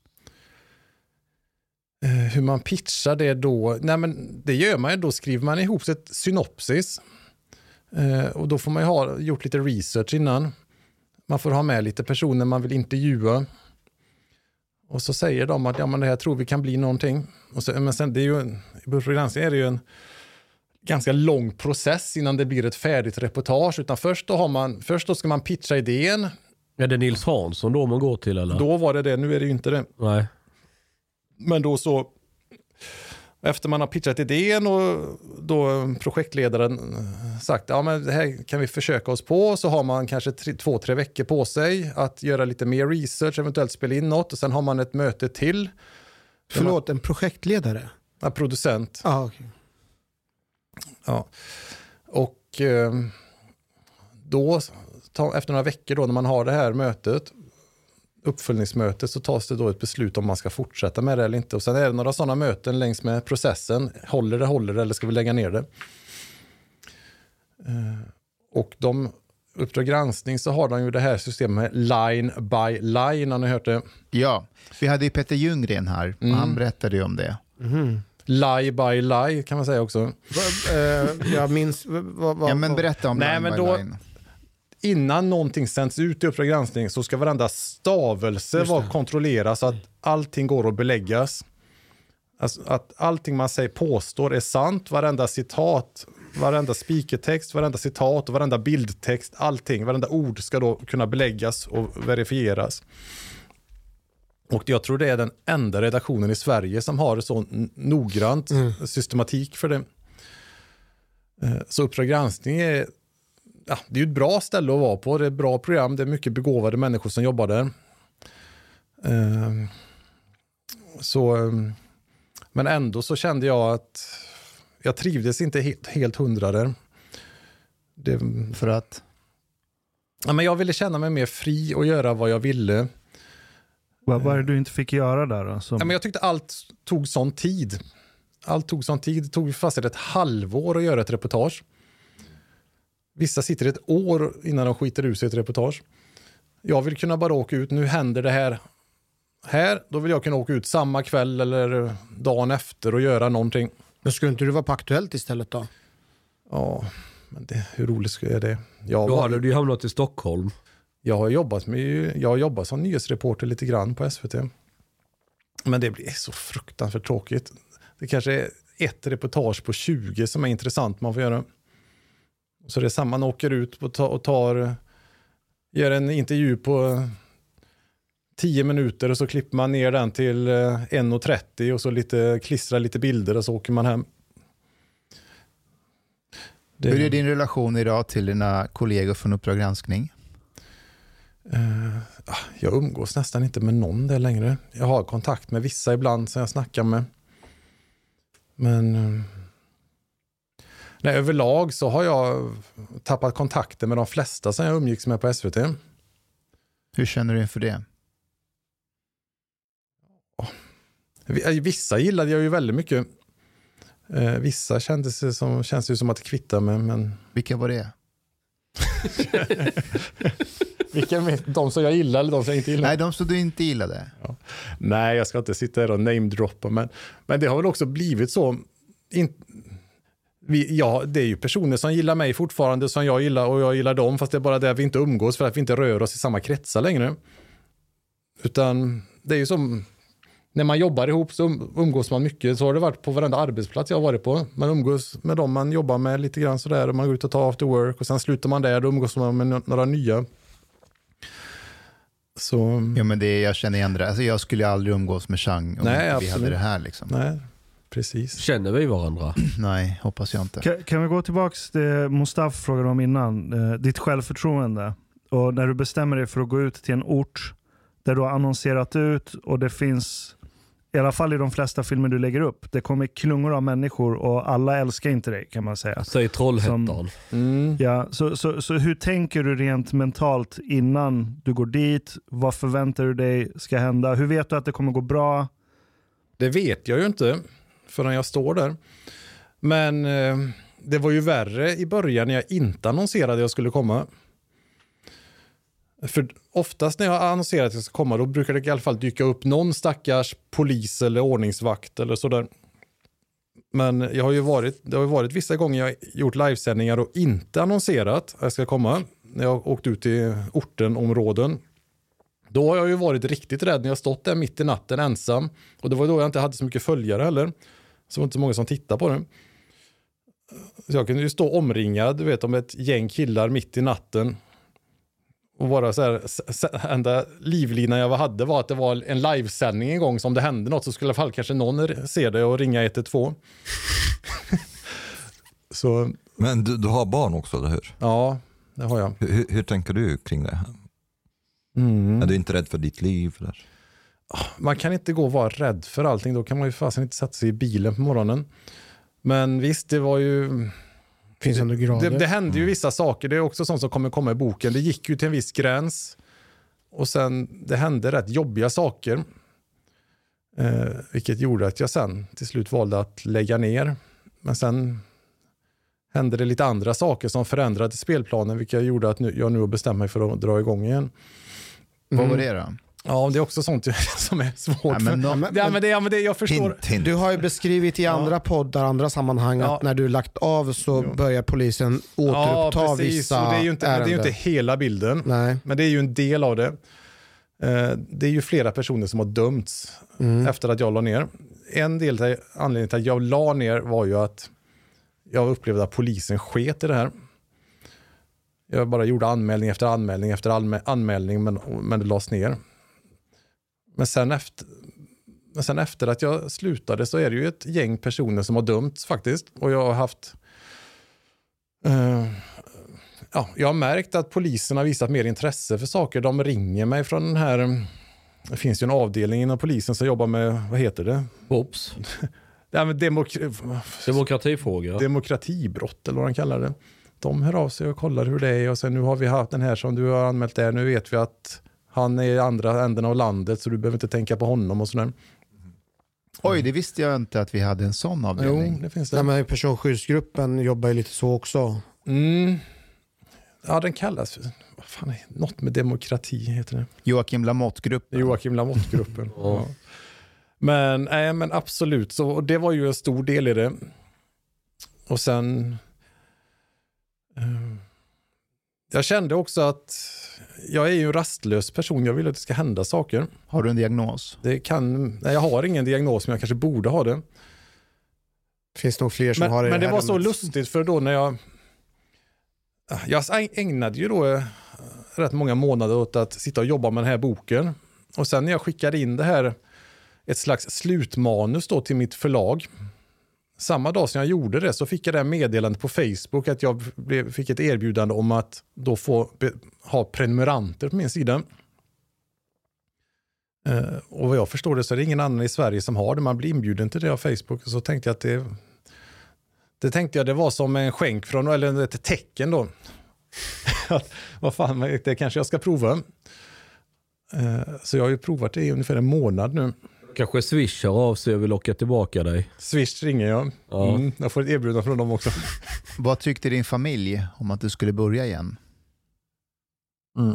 [SPEAKER 4] Uh, hur man pitchar det då? Nej, men det gör man ju, då skriver man ihop ett synopsis. Uh, och då får man ju ha gjort lite research innan. Man får ha med lite personer man vill intervjua. Och så säger de att ja, men det här tror vi kan bli någonting. Och så, men sen det är ju en, i Uppdrag-granskning är det ju en ganska lång process innan det blir ett färdigt reportage. Utan först då, har man, först då ska man pitcha idén.
[SPEAKER 7] Är det Nils Hansson då man går till eller?
[SPEAKER 4] Då var det det, nu är det ju inte det.
[SPEAKER 7] Nej.
[SPEAKER 4] Men då så, efter man har pitchat idén och då projektledaren sagt ja men det här kan vi försöka oss på, så har man kanske tre, två, tre veckor på sig att göra lite mer research, eventuellt spela in något och sen har man ett möte till.
[SPEAKER 8] Förlåt, en projektledare?
[SPEAKER 4] Ja, producent.
[SPEAKER 8] Ah, okay.
[SPEAKER 4] Ja, och eh, då ta, efter några veckor då när man har det här mötet, uppföljningsmötet, så tas det då ett beslut om man ska fortsätta med det eller inte. Och sen är det några sådana möten längs med processen. Håller det, håller det eller ska vi lägga ner det? Eh, och de Uppdrag granskning så har de ju det här systemet line by line, har ni hört det?
[SPEAKER 5] Ja, vi hade ju Peter Ljunggren här och
[SPEAKER 4] mm.
[SPEAKER 5] han berättade ju om det.
[SPEAKER 8] Mm.
[SPEAKER 4] Lie by lie kan man säga också.
[SPEAKER 8] Va, eh, jag minns... Va, va,
[SPEAKER 5] ja, men berätta om
[SPEAKER 4] nej,
[SPEAKER 5] line
[SPEAKER 4] men
[SPEAKER 5] by
[SPEAKER 4] då,
[SPEAKER 5] line.
[SPEAKER 4] Innan någonting sänds ut i Uppdrag granskning så ska varenda stavelse vara kontrolleras så att allting går att beläggas. Alltså att allting man säger påstår är sant, varenda citat, varenda speakertext, varenda citat och varenda bildtext, allting, varenda ord ska då kunna beläggas och verifieras. Och jag tror det är den enda redaktionen i Sverige som har så noggrant mm. systematik för det. Så Uppdrag granskning är, ja, det är ju ett bra ställe att vara på. Det är ett bra program, det är mycket begåvade människor som jobbar där. Så, men ändå så kände jag att jag trivdes inte helt, helt hundra där. Det,
[SPEAKER 5] för att?
[SPEAKER 4] Ja, men jag ville känna mig mer fri och göra vad jag ville.
[SPEAKER 9] Vad var det du inte fick göra där då? Som...
[SPEAKER 4] Ja, men jag tyckte allt tog sån tid. Allt tog sån tid. Det tog fast ett halvår att göra ett reportage. Vissa sitter ett år innan de skiter ut sig ett reportage. Jag vill kunna bara åka ut. Nu händer det här. Här, då vill jag kunna åka ut samma kväll eller dagen efter och göra någonting.
[SPEAKER 8] Men skulle inte du vara på Aktuellt istället då?
[SPEAKER 4] Ja, men det, hur roligt skulle jag det? Jag
[SPEAKER 7] då
[SPEAKER 4] var,
[SPEAKER 7] hade du ju hamnat i Stockholm.
[SPEAKER 4] Jag har jobbat med, jag har jobbat som nyhetsreporter lite grann på S V T. Men det blir så fruktansvärt tråkigt. Det kanske är ett reportage på tjugo som är intressant man får göra. Så det är samma, man åker ut och tar, och tar gör en intervju på tio minuter och så klipper man ner den till en trettio och så lite, klistrar lite bilder och så åker man hem. Det...
[SPEAKER 5] Hur är din relation idag till dina kollegor från Uppdrag granskning?
[SPEAKER 4] Uh, jag umgås nästan inte med någon där längre. Jag har kontakt med vissa ibland som jag snackar med. Men uh, nej, överlag så har jag tappat kontakten med de flesta som jag umgicks med på S V T.
[SPEAKER 5] Hur känner du inför det?
[SPEAKER 4] Vissa gillade jag ju väldigt mycket. Uh, vissa kändes det som, känns det som att det kvittar med. Men...
[SPEAKER 5] Vilka var det?
[SPEAKER 4] Vilka är de som jag gillar eller de som jag inte gillar?
[SPEAKER 5] Nej, de som du inte gillade.
[SPEAKER 4] Ja. Nej, jag ska inte sitta här och namedroppa. Men, men det har väl också blivit så. In, vi, ja, det är ju personer som gillar mig fortfarande som jag gillar och jag gillar dem. Fast det är bara det att vi inte umgås för att vi inte rör oss i samma kretsar längre. Utan det är ju som... när man jobbar ihop så um, umgås man mycket. Så har det varit på varenda arbetsplats jag har varit på. Man umgås med dem man jobbar med lite grann sådär. Och man går ut och tar after work. Och sen slutar man där. Då umgås man med några nya. Så...
[SPEAKER 5] Ja, men det är, jag känner igen det. Alltså, jag skulle aldrig umgås med Chang om
[SPEAKER 4] Nej,
[SPEAKER 5] inte vi
[SPEAKER 4] absolut.
[SPEAKER 5] hade det här. Liksom.
[SPEAKER 4] Nej, precis.
[SPEAKER 10] Känner vi varandra?
[SPEAKER 5] Nej, hoppas jag inte.
[SPEAKER 9] Kan, kan vi gå tillbaka till det Mustafa frågade om innan? Eh, ditt självförtroende. Och när du bestämmer dig för att gå ut till en ort där du har annonserat ut och det finns, i alla fall i de flesta filmer du lägger upp, det kommer klungor av människor och alla älskar inte dig, kan man säga.
[SPEAKER 10] Säg Trollhättan.
[SPEAKER 9] Som,
[SPEAKER 4] mm.
[SPEAKER 9] ja, så, så, så hur tänker du rent mentalt innan du går dit? Vad förväntar du dig ska hända? Hur vet du att det kommer gå bra?
[SPEAKER 4] Det vet jag ju inte förrän jag står där. Men eh, det var ju värre i början när jag inte annonserade att jag skulle komma. För oftast när jag annonserar att jag ska komma, då brukar det i alla fall dyka upp någon stackars polis eller ordningsvakt eller sådär. Men jag har ju varit, det har ju varit vissa gånger jag har gjort livesändningar och inte annonserat att jag ska komma. När jag har åkt ut till orten, områden. Då har jag ju varit riktigt rädd när jag stått där mitt i natten ensam. Och det var då jag inte hade så mycket följare heller. Så det var inte så många som tittade på det. Så jag kunde ju stå omringad, du vet, om ett gäng killar mitt i natten. Och bara så här, enda livlinan jag hade var att det var en livesändning en gång, så om det hände något så skulle i alla fall kanske någon se det och ringa ett ett två. Så,
[SPEAKER 6] men du, du har barn också, eller hur?
[SPEAKER 4] Ja, det har jag.
[SPEAKER 6] Hur, hur tänker du kring det?
[SPEAKER 4] Mm.
[SPEAKER 6] Är du inte rädd för ditt liv? Eller?
[SPEAKER 4] Man kan inte gå och vara rädd för allting, då kan man ju fasen inte sätta sig i bilen på morgonen. Men visst, det var ju...
[SPEAKER 8] Finns ändå grader.
[SPEAKER 4] Det, det hände ju vissa saker. Det är också sånt som kommer komma i boken. Det gick ju till en viss gräns. Och sen, det hände rätt jobbiga saker. Eh, vilket gjorde att jag sen till slut valde att lägga ner. Men sen hände det lite andra saker som förändrade spelplanen. Vilket gjorde att nu, jag nu har bestämt mig för att dra igång igen.
[SPEAKER 5] Mm. Vad var det då?
[SPEAKER 4] Ja, det är också sånt som är svårt.
[SPEAKER 5] Ja, men,
[SPEAKER 4] för,
[SPEAKER 5] no,
[SPEAKER 4] ja, men det, ja, men det, jag förstår.
[SPEAKER 6] Hint, hint.
[SPEAKER 8] Du har ju beskrivit i andra ja. poddar, andra sammanhang
[SPEAKER 4] ja.
[SPEAKER 8] att när du lagt av så jo. börjar polisen återuppta
[SPEAKER 4] ja,
[SPEAKER 8] vissa
[SPEAKER 4] det är ju inte,
[SPEAKER 8] ärenden.
[SPEAKER 4] Det är ju inte hela bilden,
[SPEAKER 8] Nej.
[SPEAKER 4] Men det är ju en del av det. Eh, det är ju flera personer som har dömts mm. efter att jag la ner. En del till, anledning till att jag la ner var ju att jag upplevde att polisen sket i det här. Jag bara gjorde anmälning efter anmälning efter anmä- anmälning men, men det lades ner. Men sen, efter, men sen efter att jag slutade så är det ju ett gäng personer som har dömts faktiskt. Och jag har haft... Uh, ja, jag har märkt att polisen har visat mer intresse för saker. De ringer mig från den här... Det finns ju en avdelning inom polisen som jobbar med... Vad heter det?
[SPEAKER 10] Ops.
[SPEAKER 4] Ja, men demok-
[SPEAKER 10] Demokratifrågor.
[SPEAKER 4] Demokratibrott eller vad de kallar det. De hör av sig och kollar hur det är. Och sen nu har vi haft den här som du har anmält där. Nu vet vi att... Han är i andra änden av landet så du behöver inte tänka på honom och sådär.
[SPEAKER 5] Oj, det visste jag inte att vi hade en sån avdelning.
[SPEAKER 4] Jo, det finns det.
[SPEAKER 8] Ja, men personskyddsgruppen jobbar ju lite så också.
[SPEAKER 4] Mm. Ja, den kallas för, vad fan är det? Något med demokrati heter det.
[SPEAKER 5] Joakim Lamotte-gruppen.
[SPEAKER 4] Joakim Lamotte-gruppen. Ja. Men, nej, men absolut, så det var ju en stor del i det. Och sen... Uh, jag kände också att jag är ju en rastlös person. Jag vill att det ska hända saker.
[SPEAKER 5] Har du en diagnos?
[SPEAKER 4] Det kan, nej, jag har ingen diagnos, men jag kanske borde ha det.
[SPEAKER 8] Finns nog fler som
[SPEAKER 4] men,
[SPEAKER 8] har det.
[SPEAKER 4] Men det var
[SPEAKER 8] rummet.
[SPEAKER 4] så lustigt för då när jag... Jag ägnade ju då rätt många månader åt att sitta och jobba med den här boken. Och sen när jag skickade in det här, ett slags slutmanus då till mitt förlag. Samma dag som jag gjorde det så fick jag det meddelande på Facebook att jag blev, fick ett erbjudande om att då få be, ha prenumeranter på min sida. Uh, och vad jag förstår det så är det ingen annan i Sverige som har det. Man blir inbjuden till det av Facebook. Och så tänkte jag att det, det tänkte jag det var som en skänk från, eller ett tecken då. Vad fan, det kanske jag ska prova. Uh, så jag har ju provat det i ungefär en månad nu.
[SPEAKER 10] Kanske Swish har av sig och vill locka tillbaka dig.
[SPEAKER 4] Swish ringer jag. Ja. Mm, jag får ett erbjudande från dem också.
[SPEAKER 5] Vad tyckte din familj om att du skulle börja igen?
[SPEAKER 4] Mm.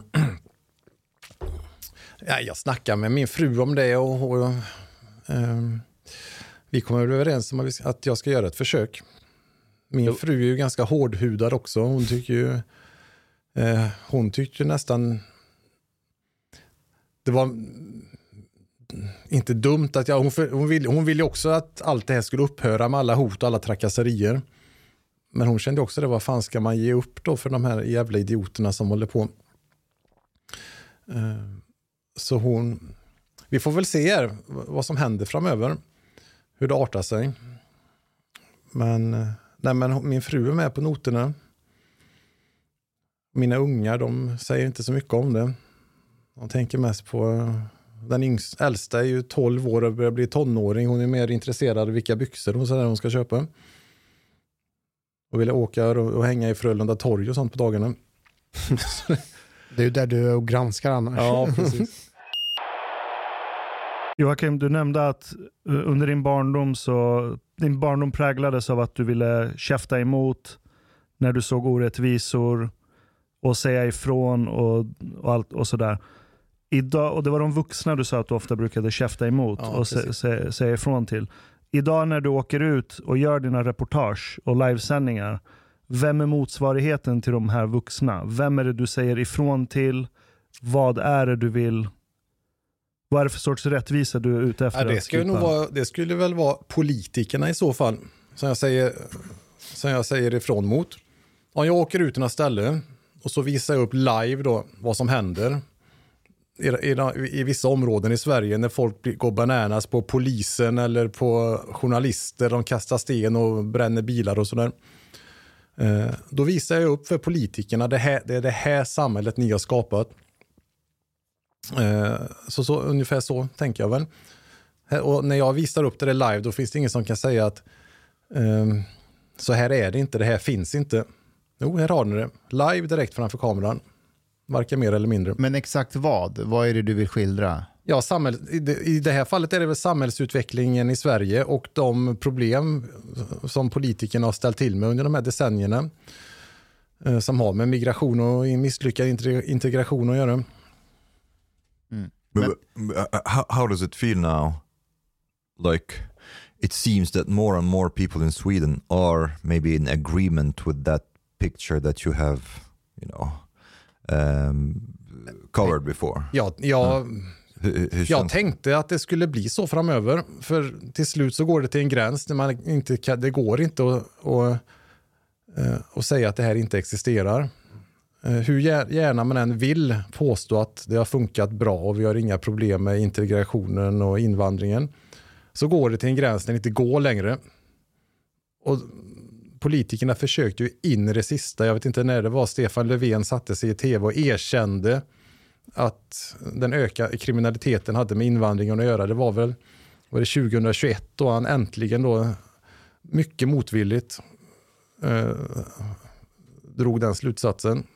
[SPEAKER 4] Ja, jag snackar med min fru om det och, och um, vi kommer överens om att jag ska göra ett försök. Min jo. fru är ju ganska hårdhudad också. Hon tycker ju uh, hon tyckte nästan det var inte dumt att jag, hon, för, hon, vill, hon vill ju också att allt det här skulle upphöra med alla hot och alla trakasserier. Men hon kände också det, vad fan ska man ge upp då för de här jävla idioterna som håller på. Uh, så hon, vi får väl se här vad som händer framöver. Hur det artar sig. Men, nej, men min fru är med på noterna. Mina ungar, de säger inte så mycket om det. De tänker mest på... Den yngsta, äldsta är ju tolv år och börjar bli tonåring. Hon är mer intresserad av vilka byxor hon, säger hon ska köpa. Och vill åka och, och hänga i Frölunda torg och sånt på dagarna.
[SPEAKER 8] Det är ju där du granskar annars.
[SPEAKER 4] Ja, precis.
[SPEAKER 9] Joakim, du nämnde att under din barndom så din barndom präglades av att du ville käfta emot när du såg orättvisor och säga ifrån och, och allt och sådär. Idag, och det var de vuxna du sa att du ofta brukade käfta emot ja, och sä, sä, säga ifrån till. Idag när du åker ut och gör dina reportage och livesändningar, vem är motsvarigheten till de här vuxna? Vem är det du säger ifrån till? Vad är det du vill? Vad är det för sorts rättvisa du är ute efter?
[SPEAKER 4] Ja, det, skulle nog vara, det skulle väl vara politikerna i så fall. Som jag säger, som jag säger ifrån mot. Om jag åker ut till några ställe och så visar jag upp live då vad som händer. I, i, I vissa områden i Sverige när folk blir, går bananas på polisen eller på journalister. De kastar sten och bränner bilar och sådär. Eh, då visar jag upp för politikerna det, här, det är det här samhället ni har skapat. Eh, så, så ungefär så tänker jag väl. Och när jag visar upp det live då finns det ingen som kan säga att eh, så här är det inte, det här finns inte. Jo, här har ni det. Live direkt framför kameran. Varken mer eller mindre.
[SPEAKER 5] Men exakt vad? Vad är det du vill skildra?
[SPEAKER 4] Ja, samhäll, i, det, i det här fallet är det väl samhällsutvecklingen i Sverige och de problem som politikerna har ställt till med under de här decennierna. Eh, som har med migration och misslyckad integration att göra.
[SPEAKER 6] Mm. But, uh, how, how does it feel now? Like it seems that more and more people in Sweden are maybe in agreement with that picture that you have, you know, um, covered before.
[SPEAKER 4] Ja, jag,
[SPEAKER 6] mm. hur, hur
[SPEAKER 4] jag tänkte att det skulle bli så framöver. För till slut så går det till en gräns där man inte kan, det går inte att, att, att säga att det här inte existerar. Hur gärna man än vill påstå att det har funkat bra och vi har inga problem med integrationen och invandringen, så går det till en gräns där det inte går längre. Och politikerna försökte ju in i det sista. Jag vet inte när det var Stefan Löfven satte sig i tv och erkände att den ökade kriminaliteten hade med invandringen att göra. Det var väl var det tjugohundratjugoett då han äntligen då mycket motvilligt eh, drog den slutsatsen.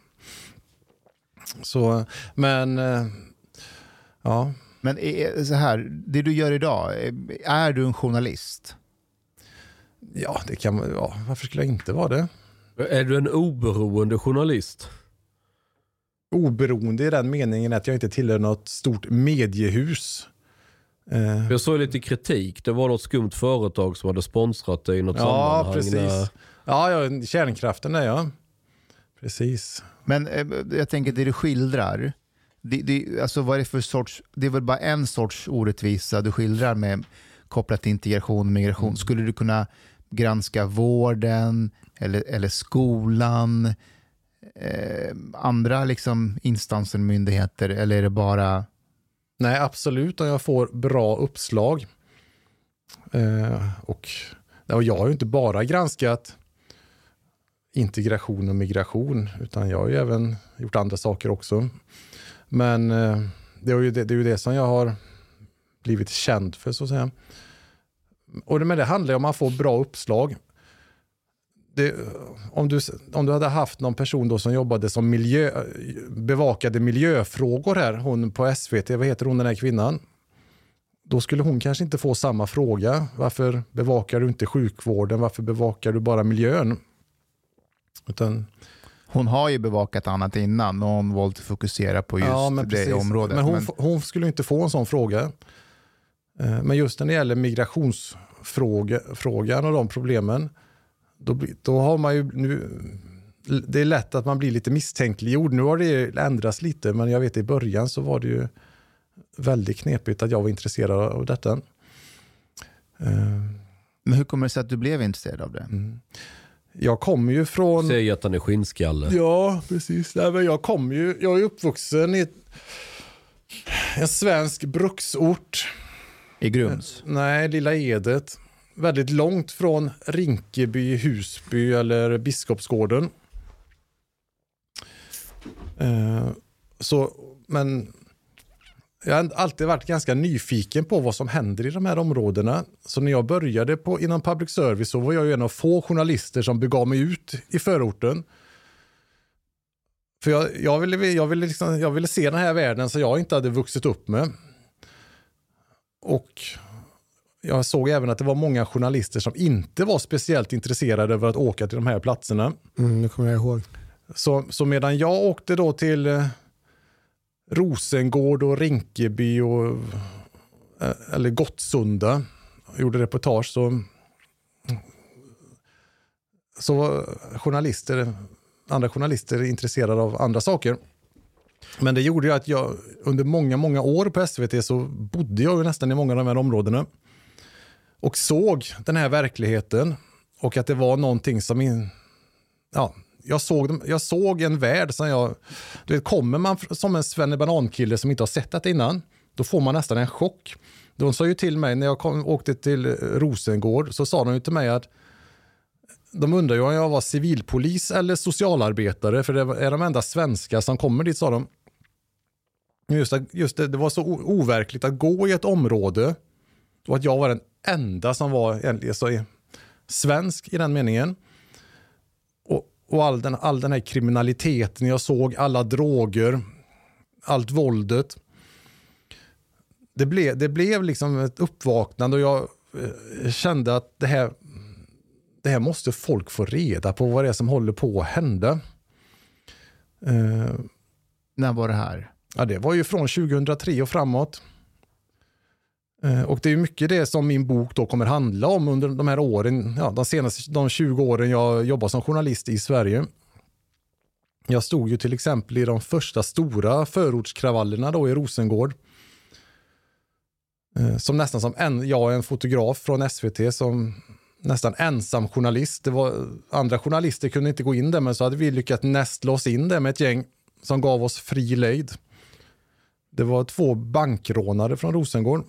[SPEAKER 4] Så, men eh, ja.
[SPEAKER 5] Men är, så här, det du gör idag, är du en journalist?
[SPEAKER 4] Ja, det kan man, ja, varför skulle jag inte vara det?
[SPEAKER 10] Är du en oberoende journalist?
[SPEAKER 4] Oberoende i den meningen att jag inte tillhör något stort mediehus.
[SPEAKER 10] Eh. Jag såg lite kritik. Det var något skumt företag som hade sponsrat dig i något
[SPEAKER 4] ja,
[SPEAKER 10] sammanhang.
[SPEAKER 4] Precis. När... Ja, ja, kärnkraften är jag. Precis.
[SPEAKER 5] Men eh, jag tänker det du skildrar, det, det, alltså vad är det för sorts, det är väl bara en sorts orättvisa du skildrar med kopplat till integration och migration. Mm. Skulle du kunna granska vården eller, eller skolan, eh, andra liksom instanser och myndigheter, eller är det bara...
[SPEAKER 4] Nej, absolut, om jag får bra uppslag. Eh, och, och jag har ju inte bara granskat integration och migration, utan jag har ju även gjort andra saker också. Men eh, det, är ju det, det är ju det som jag har blivit känd för, så att säga. Och det, men det handlar ju om att man får bra uppslag. Det, om, du, om du hade haft någon person då som jobbade som miljö, bevakade miljöfrågor här, hon på S V T, vad heter hon, den här kvinnan? Då skulle hon kanske inte få samma fråga. Varför bevakar du inte sjukvården? Varför bevakar du bara miljön? Utan...
[SPEAKER 5] Hon har ju bevakat annat innan, men hon valt att fokusera på just ja, det området.
[SPEAKER 4] Men hon, men hon skulle inte få en sån fråga. Men just när det gäller migrationsfrågan och de problemen, då, då har man ju nu, det är lätt att man blir lite misstänkliggjord. Nu har det ändrats lite, men jag vet i början så var det ju väldigt knepigt att jag var intresserad av detta. Uh,
[SPEAKER 5] Men hur kommer det sig att du blev intresserad av det?
[SPEAKER 4] Mm. Jag kommer ju från...
[SPEAKER 7] Säg att han är skinnskalle.
[SPEAKER 4] Ja, precis. Nej, men jag kommer ju... Jag är uppvuxen i ett, en svensk bruksort.
[SPEAKER 5] I Grums?
[SPEAKER 4] Nej, Lilla Edet. Väldigt långt från Rinkeby, Husby eller Biskopsgården. Uh, så, men... Jag har alltid varit ganska nyfiken på vad som händer i de här områdena. Så när jag började på, inom public service så var jag ju en av få journalister som begav mig ut i förorten. För jag, jag, ville, jag, ville liksom, jag ville se den här världen som jag inte hade vuxit upp med. Och jag såg även att det var många journalister som inte var speciellt intresserade av att åka till de här platserna.
[SPEAKER 8] Mm, det kommer jag ihåg.
[SPEAKER 4] Så, så medan jag åkte då till... Rosengård och Rinkeby och eller Gottsunda gjorde reportage så så var journalister andra journalister intresserade av andra saker. Men det gjorde ju att jag under många många år på S V T så bodde jag ju nästan i många av de här områdena och såg den här verkligheten och att det var någonting som in, ja Jag såg, jag såg en värld som jag... Du vet, kommer man som en svennebanan-kille som inte har sett det innan, då får man nästan en chock. De sa ju till mig, när jag kom, åkte till Rosengård, så sa de ju till mig att de undrar ju om jag var civilpolis eller socialarbetare, för det är de enda svenska som kommer dit, sa de. Just, just det, det var så overkligt att gå i ett område och att jag var den enda som var egentligen så svensk i den meningen. Och all den, all den här kriminaliteten, jag såg alla droger, allt våldet. Det blev, det blev liksom ett uppvaknande och jag eh, kände att det här, det här måste folk få reda på vad det är som håller på att hända. Eh,
[SPEAKER 5] När var det här?
[SPEAKER 4] Ja, det var ju från tjugohundratre och framåt. Eh, och det är ju mycket det som min bok då kommer handla om under de här åren, ja, de senaste de tjugo åren jag jobbar som journalist i Sverige. Jag stod ju till exempel i de första stora förortskravallerna då i Rosengård. Eh, som nästan som en, jag är en fotograf från S V T som nästan ensam journalist. Det var, andra journalister kunde inte gå in där, men så hade vi lyckats nästla oss in där med ett gäng som gav oss fri lejd. Det var två bankrånare från Rosengård.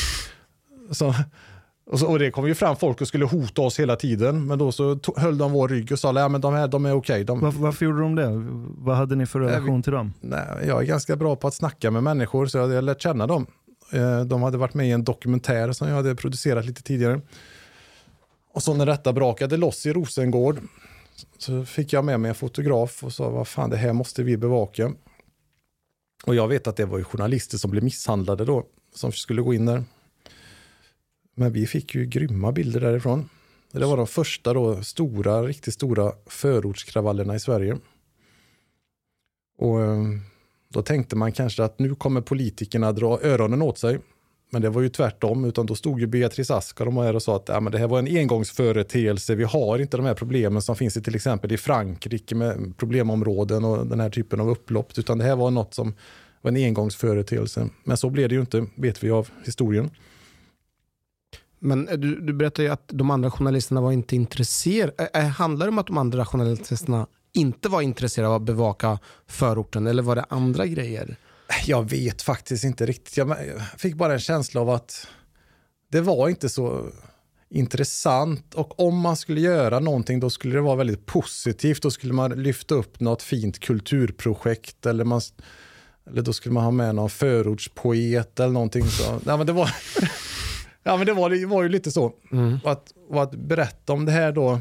[SPEAKER 4] Så, och, så, och det kom ju fram folk och skulle hota oss hela tiden. Men då så to- höll de vår rygg och sa ja, men de, här, de är okej. De...
[SPEAKER 9] Var, varför gjorde de det? Vad hade ni för relation
[SPEAKER 4] nej,
[SPEAKER 9] till dem?
[SPEAKER 4] Nej, jag är ganska bra på att snacka med människor, så jag hade lärt känna dem. De hade varit med i en dokumentär som jag hade producerat lite tidigare. Och så när detta brakade loss i Rosengård så fick jag med mig en fotograf och sa vad fan, det här måste vi bevaka. Och jag vet att det var ju journalister som blev misshandlade då, som skulle gå in där. Men vi fick ju grymma bilder därifrån. Det var de första då stora, riktigt stora förortskravallerna i Sverige. Och då tänkte man kanske att nu kommer politikerna dra öronen åt sig. Men det var ju tvärtom, utan då stod ju Beatrice Ask och de här och sa att ja, men det här var en engångsföreteelse. Vi har inte de här problemen som finns i till exempel i Frankrike med problemområden och den här typen av upplopp, utan det här var något som var en engångsföreteelse. Men så blev det ju inte, vet vi av historien.
[SPEAKER 8] Men du, du berättade ju att de andra journalisterna var inte intresserade. Handlar det om att de andra journalisterna inte var intresserade av att bevaka förorten, eller var det andra grejer?
[SPEAKER 4] Jag vet faktiskt inte riktigt. Jag fick bara en känsla av att det var inte så intressant, och om man skulle göra någonting då skulle det vara väldigt positivt. Då skulle man lyfta upp något fint kulturprojekt, eller, man, eller då skulle man ha med någon förortspoet eller någonting så. Ja, men det var, ja, men det var, det var ju lite så. Mm. Och, att, och att berätta om det här då,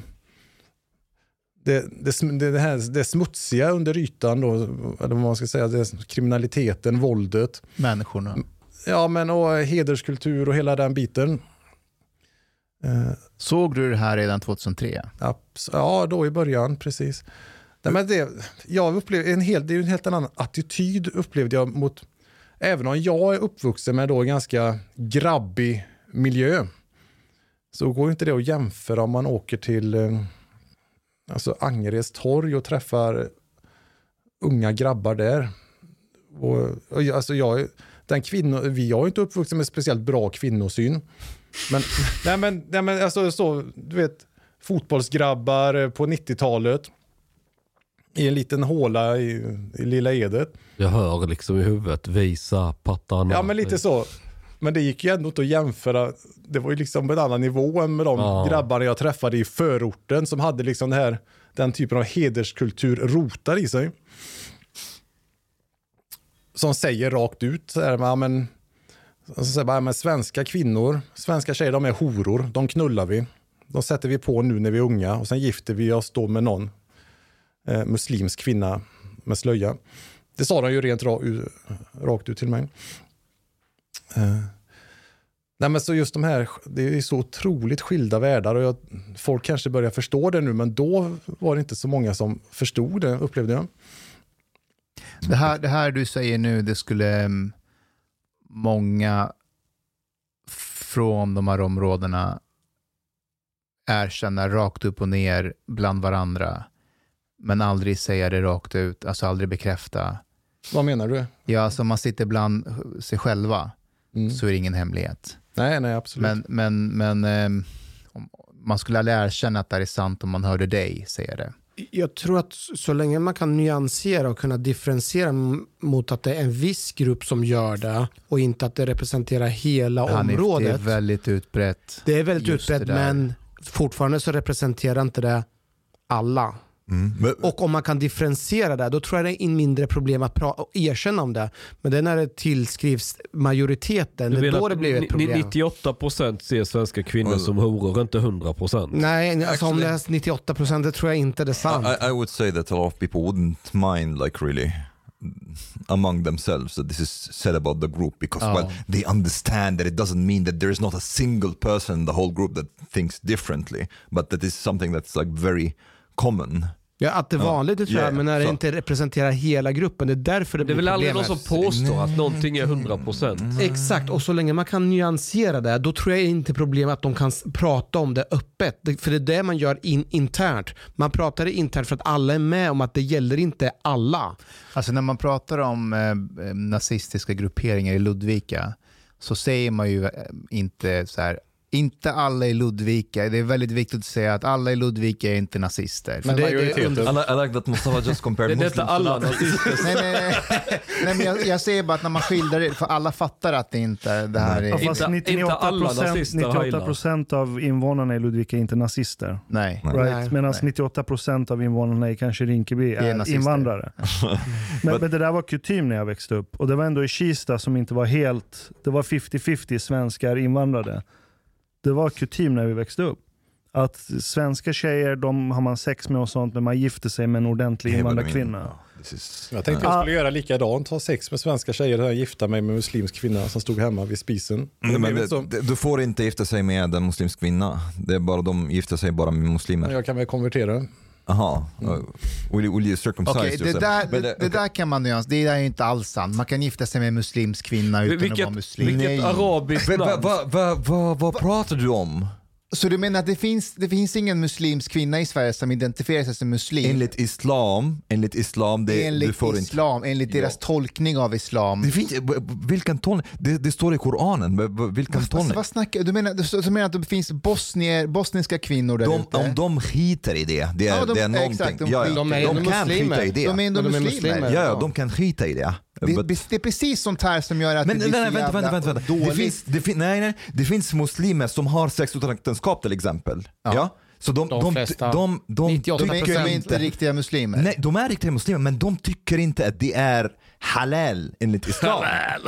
[SPEAKER 4] Det, det, det, här, det smutsiga under ytan då, eller vad man ska säga, det, kriminaliteten, våldet.
[SPEAKER 5] Människorna. Ja,
[SPEAKER 4] men och hederskultur och hela den biten.
[SPEAKER 5] Såg du det här redan tjugohundratre?
[SPEAKER 4] Ja, då i början, precis. Nej, men det, jag upplevde en hel, det är en helt annan attityd upplevde jag mot, även om jag är uppvuxen med då en ganska grabbig miljö, så går inte det att jämföra om man åker till alltså Angereds torg och träffar unga grabbar där. Och, och alltså jag, den kvinno, vi har ju inte uppvuxit med speciellt bra kvinnosyn. Men, nej men, nej men alltså så, du vet, fotbollsgrabbar på nittiotalet i en liten håla i, i Lilla Edet.
[SPEAKER 7] Jag hör liksom i huvudet, visa pattarna.
[SPEAKER 4] Ja, men lite så. Men det gick ju ändå inte att jämföra. Det var ju liksom en annan nivå än med de ja. grabbarna jag träffade i förorten som hade liksom det här, den typen av hederskultur rotad i sig. Som säger rakt ut så här, men, så säger bara, men svenska kvinnor, svenska tjejer, de är horor, de knullar vi. De sätter vi på nu när vi är unga och sen gifter vi oss då med någon eh, muslimsk kvinna med slöja. Det sa de ju rent ra- rakt ut till mig. Uh, nej men så just de här, det är ju så otroligt skilda världar och jag, folk kanske börjar förstå det nu, men då var det inte så många som förstod det, upplevde jag.
[SPEAKER 5] Det här, det här du säger nu, det skulle um, många från de här områdena erkänna rakt upp och ner bland varandra, men aldrig säga det rakt ut, alltså aldrig bekräfta.
[SPEAKER 4] Vad menar du?
[SPEAKER 5] Ja, alltså man sitter bland sig själva. Mm. Så är det ingen hemlighet.
[SPEAKER 4] Nej, nej, absolut.
[SPEAKER 5] Men, men, men eh, man skulle aldrig erkänna att det är sant om man hörde dig säga det.
[SPEAKER 8] Jag tror att så länge man kan nyansera och kunna differentiera mot att det är en viss grupp som gör det och inte att det representerar hela Hanif, området.
[SPEAKER 5] Det är väldigt utbrett.
[SPEAKER 8] Det är väldigt utbrett, men fortfarande så representerar inte det alla. Mm. Men, och om man kan differentiera det, då tror jag det är en mindre problem att pra- och erkänna om det. Men det är när det tillskrivs majoriteten, det är då det blir ett problem.
[SPEAKER 10] nittioåtta procent ser svenska kvinnor well, som horor, inte hundra procent.
[SPEAKER 8] Nej, alltså actually, om det är nittioåtta procent, det tror jag inte det är sant.
[SPEAKER 6] I, I would say that a lot of people wouldn't mind, like really among themselves, that this is said about the group, because oh. well, they understand that it doesn't mean that there is not a single person in the whole group that thinks differently, but that is something that's like very common.
[SPEAKER 8] Ja, att det är vanligt, det tror jag, yeah, men när det så. inte representerar hela gruppen, det är därför det,
[SPEAKER 10] det
[SPEAKER 8] blir
[SPEAKER 10] problemet.
[SPEAKER 8] Det
[SPEAKER 10] är väl aldrig någon som påstår att någonting är hundra procent.
[SPEAKER 8] Mm. Exakt, och så länge man kan nyansera det, då tror jag inte problem att de kan prata om det öppet. För det är det man gör in, internt. Man pratar det internt för att alla är med om att det gäller inte alla.
[SPEAKER 5] Alltså när man pratar om eh, nazistiska grupperingar i Ludvika, så säger man ju inte så här, inte alla i Ludvika. Det är väldigt viktigt att säga att alla i Ludvika är inte nazister.
[SPEAKER 6] Men det, det är under... I, like, I like that Mustafa just compared
[SPEAKER 10] Muslims. Det är inte alla nazister.
[SPEAKER 5] nej, nej, nej. nej men jag, jag säger bara att när man skildrar det, för alla fattar att det inte det här är...
[SPEAKER 9] Ja, fast nittioåtta procent av invånarna i Ludvika är inte nazister.
[SPEAKER 5] Nej.
[SPEAKER 9] Right? Medan nittioåtta procent av invånarna i kanske Rinkeby är, är invandrare. men, men det där var kutym när jag växte upp. Och det var ändå i Kista som inte var helt... Det var femtio femtio svenskar invandrare. Det var kutym när vi växte upp. Att svenska tjejer, de har man sex med och sånt, men man gifter sig med en ordentlig invandrarkvinna.
[SPEAKER 4] Is... Jag tänkte jag skulle ah. göra likadant, ha sex med svenska tjejer och gifta mig med en muslimsk kvinna som stod hemma vid spisen.
[SPEAKER 6] Mm, men det, det, du får inte gifta sig med en muslimsk kvinna. Det är bara, de gifter sig bara med muslimer.
[SPEAKER 4] Jag kan väl konvertera.
[SPEAKER 6] Aha. Mm. Will, will you circumcise
[SPEAKER 5] okay, det, där, det, det, det där kan man nyans. Det är ju inte alls sant. Man kan gifta sig med en muslimsk kvinna utan vilket, att vara muslim.
[SPEAKER 10] Vilket Nej. arabiskt namn.
[SPEAKER 6] Vad va, va, va, va pratar du om?
[SPEAKER 5] Så du menar att det finns, det finns ingen muslimsk kvinna i Sverige som identifierar sig som muslim?
[SPEAKER 6] Enligt islam, enligt islam, det,
[SPEAKER 5] enligt
[SPEAKER 6] du får
[SPEAKER 5] islam,
[SPEAKER 6] inte...
[SPEAKER 5] enligt deras ja. tolkning av islam.
[SPEAKER 6] Det finns, vilken tolkning? Det, det står i Koranen. Vilken
[SPEAKER 5] vad,
[SPEAKER 6] tolkning?
[SPEAKER 5] Vad snackar du? Menar, du, du menar att det finns bosnier, bosniska kvinnor där
[SPEAKER 6] de,
[SPEAKER 5] ute?
[SPEAKER 6] Om de skiter i det, det är, ja, de, det är någonting.
[SPEAKER 5] Exakt, de,
[SPEAKER 6] ja, ja.
[SPEAKER 8] de, är
[SPEAKER 6] de kan skita i det.
[SPEAKER 5] De är ändå de muslimer. muslimer.
[SPEAKER 6] Ja, ja, de kan skita i det.
[SPEAKER 5] Det, But... det är precis sånt här som gör att
[SPEAKER 6] men,
[SPEAKER 5] det blir
[SPEAKER 6] nej, nej,
[SPEAKER 5] så
[SPEAKER 6] vänta, vänta, vänta. Det finns, det fin- nej, nej. Det finns muslimer som har sex utan äktenskap till exempel. Ja. ja? Så de,
[SPEAKER 8] de,
[SPEAKER 6] de,
[SPEAKER 8] flesta,
[SPEAKER 6] de, de, de
[SPEAKER 5] tycker de är inte riktiga muslimer.
[SPEAKER 6] Nej, de är riktiga muslimer, men de tycker inte att det är halal enligt islam.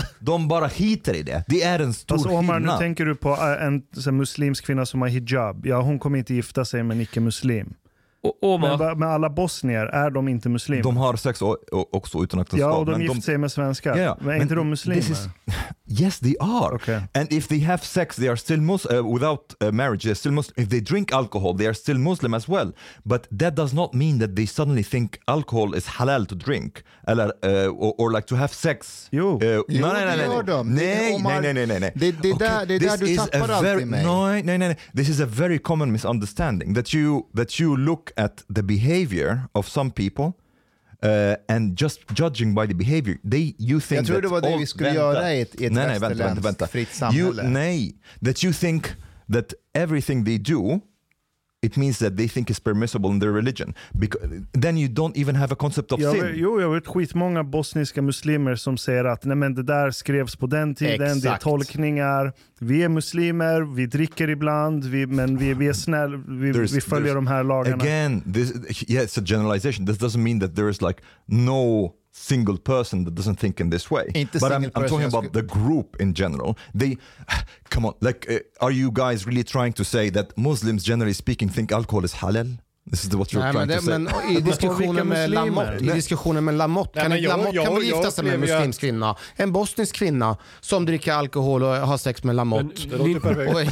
[SPEAKER 6] De bara hitar i det. Det är en stor
[SPEAKER 9] alltså, Omar,
[SPEAKER 6] skillnad.
[SPEAKER 9] Nu tänker du på en, en muslimsk kvinna som har hijab. Ja, hon kommer inte gifta sig med en icke-muslim.
[SPEAKER 10] Och,
[SPEAKER 9] men med alla bosnier är de inte muslimer.
[SPEAKER 6] De har sex och, och, också utan äktenskap.
[SPEAKER 9] Ja, och de gifter de... sig med svenskar. Ja, ja. Men är men inte de muslimer?
[SPEAKER 6] Is... Yes, they are.
[SPEAKER 9] Okay.
[SPEAKER 6] And if they have sex, they are still Muslim. Uh, without uh, marriage, they're still Muslim. If they drink alcohol, they are still Muslim as well. But that does not mean that they suddenly think alcohol is halal to drink. Eller, uh, or, or like to have sex.
[SPEAKER 9] Jo,
[SPEAKER 6] uh,
[SPEAKER 5] jo
[SPEAKER 6] nej, nej, nej, nej.
[SPEAKER 5] De.
[SPEAKER 6] Nej, nej, nej, nej, nej, nej.
[SPEAKER 5] Det, det, okay. där, det är där du tappar allt
[SPEAKER 6] very,
[SPEAKER 5] i mig.
[SPEAKER 6] Nej, nej, nej. This is a very common misunderstanding. That you, that you look at the behavior of some people Uh, and just judging by the behavior, they, you think
[SPEAKER 5] jag tror det var det vi skulle
[SPEAKER 6] vänta,
[SPEAKER 5] göra i ett, i ett
[SPEAKER 6] nej, nej, vänta, vänta, vänta.
[SPEAKER 5] fritt samhälle.
[SPEAKER 6] You, nej, that you think that everything they do, it means that they think is permissible in their religion. Because then you don't even have a concept of
[SPEAKER 9] jag
[SPEAKER 6] sin.
[SPEAKER 9] Vet, jo, jag vet skitmånga bosniska muslimer som säger att nej, men det där skrevs på den tiden,
[SPEAKER 5] Exakt.
[SPEAKER 9] det är tolkningar. Vi är muslimer, vi dricker ibland, vi, men vi, vi är snäll, vi, vi följer de här lagarna.
[SPEAKER 6] Again, this, yeah, it's a generalization. This doesn't mean that there is like no single person that doesn't think in this way.
[SPEAKER 5] Inte
[SPEAKER 6] but I'm,
[SPEAKER 5] single
[SPEAKER 6] I'm talking
[SPEAKER 5] person,
[SPEAKER 6] about the group in general. They, come on, like, uh, are you guys really trying to say that Muslims, generally speaking, think alcohol is halal? This is what you're
[SPEAKER 8] Nej,
[SPEAKER 6] trying
[SPEAKER 8] men, det,
[SPEAKER 6] to say.
[SPEAKER 8] men i diskussionen med Lamotte, i diskussionen med Lamotte, kan,
[SPEAKER 4] Nej, jag,
[SPEAKER 8] Lamotte
[SPEAKER 4] jag,
[SPEAKER 8] kan väl
[SPEAKER 4] jag,
[SPEAKER 8] gifta sig med en
[SPEAKER 4] jag,
[SPEAKER 8] muslimsk kvinna? En bosnisk kvinna som dricker alkohol och har sex med Lamotte.
[SPEAKER 4] Det låter perfekt.
[SPEAKER 8] och,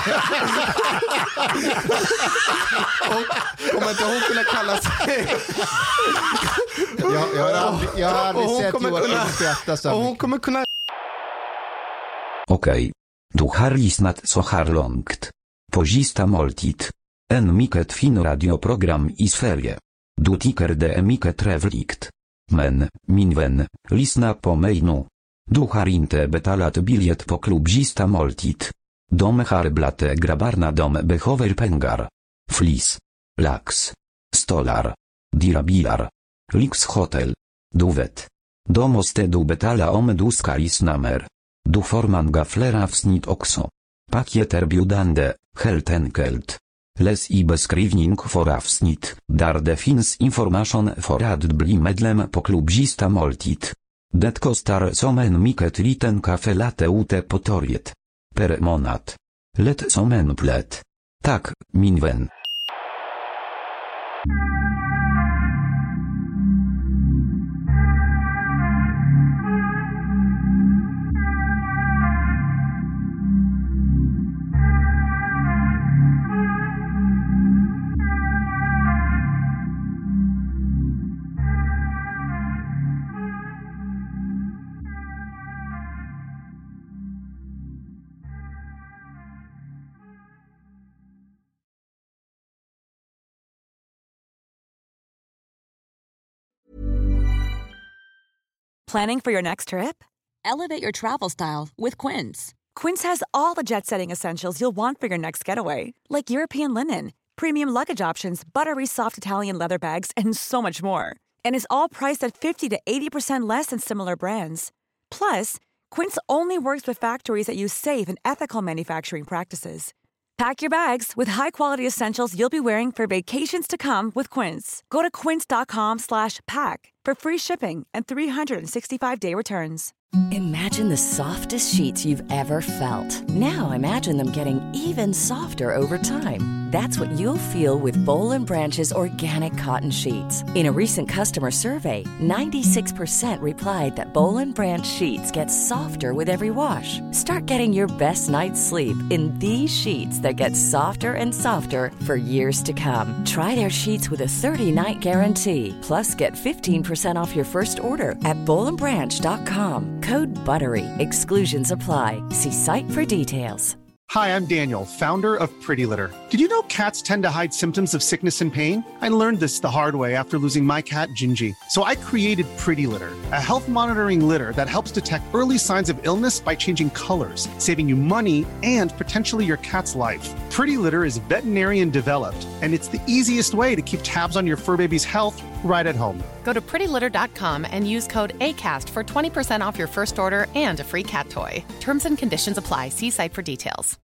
[SPEAKER 8] och, om inte hon kunde kalla sig...
[SPEAKER 5] jag, jag har aldrig, jag har aldrig sett Joakim skratta så
[SPEAKER 8] och hon kommer kunna...
[SPEAKER 17] Okej. Du har lyssnat så här långt. På Sista måltid. En mycket fin radioprogram i Sverige. Du tycker det är mycket trevligt. Men, min vän, lyssna på mig nu. Du har inte betalat biljett på klubb Sista måltid. De har blate grabbarna de behöver pengar. Flis. Lax. Stolar. Dirabilar. Lyxhotel. Du vet. Då måste du betala om du ska lyssna mer. Du får många fler avsnitt också. Paket erbjudande, helt enkelt. Läs i beskrivning för avsnitt, där det finns information för att bli medlem på klubb Sista måltid. Det kostar som en mycket liten kaffe latte ute på torget. Per månad. Lätt som en plätt. Tack, min vän.
[SPEAKER 2] Planning for your next trip?
[SPEAKER 18] Elevate your travel style with Quince.
[SPEAKER 2] Quince has all the jet-setting essentials you'll want for your next getaway, like European linen, premium luggage options, buttery soft Italian leather bags, and so much more. And is all priced at fifty to eighty percent less than similar brands. Plus, Quince only works with factories that use safe and ethical manufacturing practices. Pack your bags with high-quality essentials you'll be wearing for vacations to come with Quince. Go to quince.com slash pack for free shipping and three sixty-five day returns.
[SPEAKER 18] Imagine the softest sheets you've ever felt. Now imagine them getting even softer over time. That's what you'll feel with Boll and Branch's organic cotton sheets. In a recent customer survey, ninety-six percent replied that Boll and Branch sheets get softer with every wash. Start getting your best night's sleep in these sheets that get softer and softer for years to come. Try their sheets with a thirty-night guarantee. Plus, get fifteen percent off your first order at boll and branch dot com. Code BUTTERY. Exclusions apply. See site for details.
[SPEAKER 14] Hi, I'm Daniel, founder of Pretty Litter. Did you know cats tend to hide symptoms of sickness and pain? I learned this the hard way after losing my cat, Gingy. So I created Pretty Litter, a health monitoring litter that helps detect early signs of illness by changing colors, saving you money and potentially your cat's life. Pretty Litter is veterinarian developed, and it's the easiest way to keep tabs on your fur baby's health right at home.
[SPEAKER 19] Go to pretty litter dot com and use code ACAST for twenty percent off your first order and a free cat toy. Terms and conditions apply. See site for details.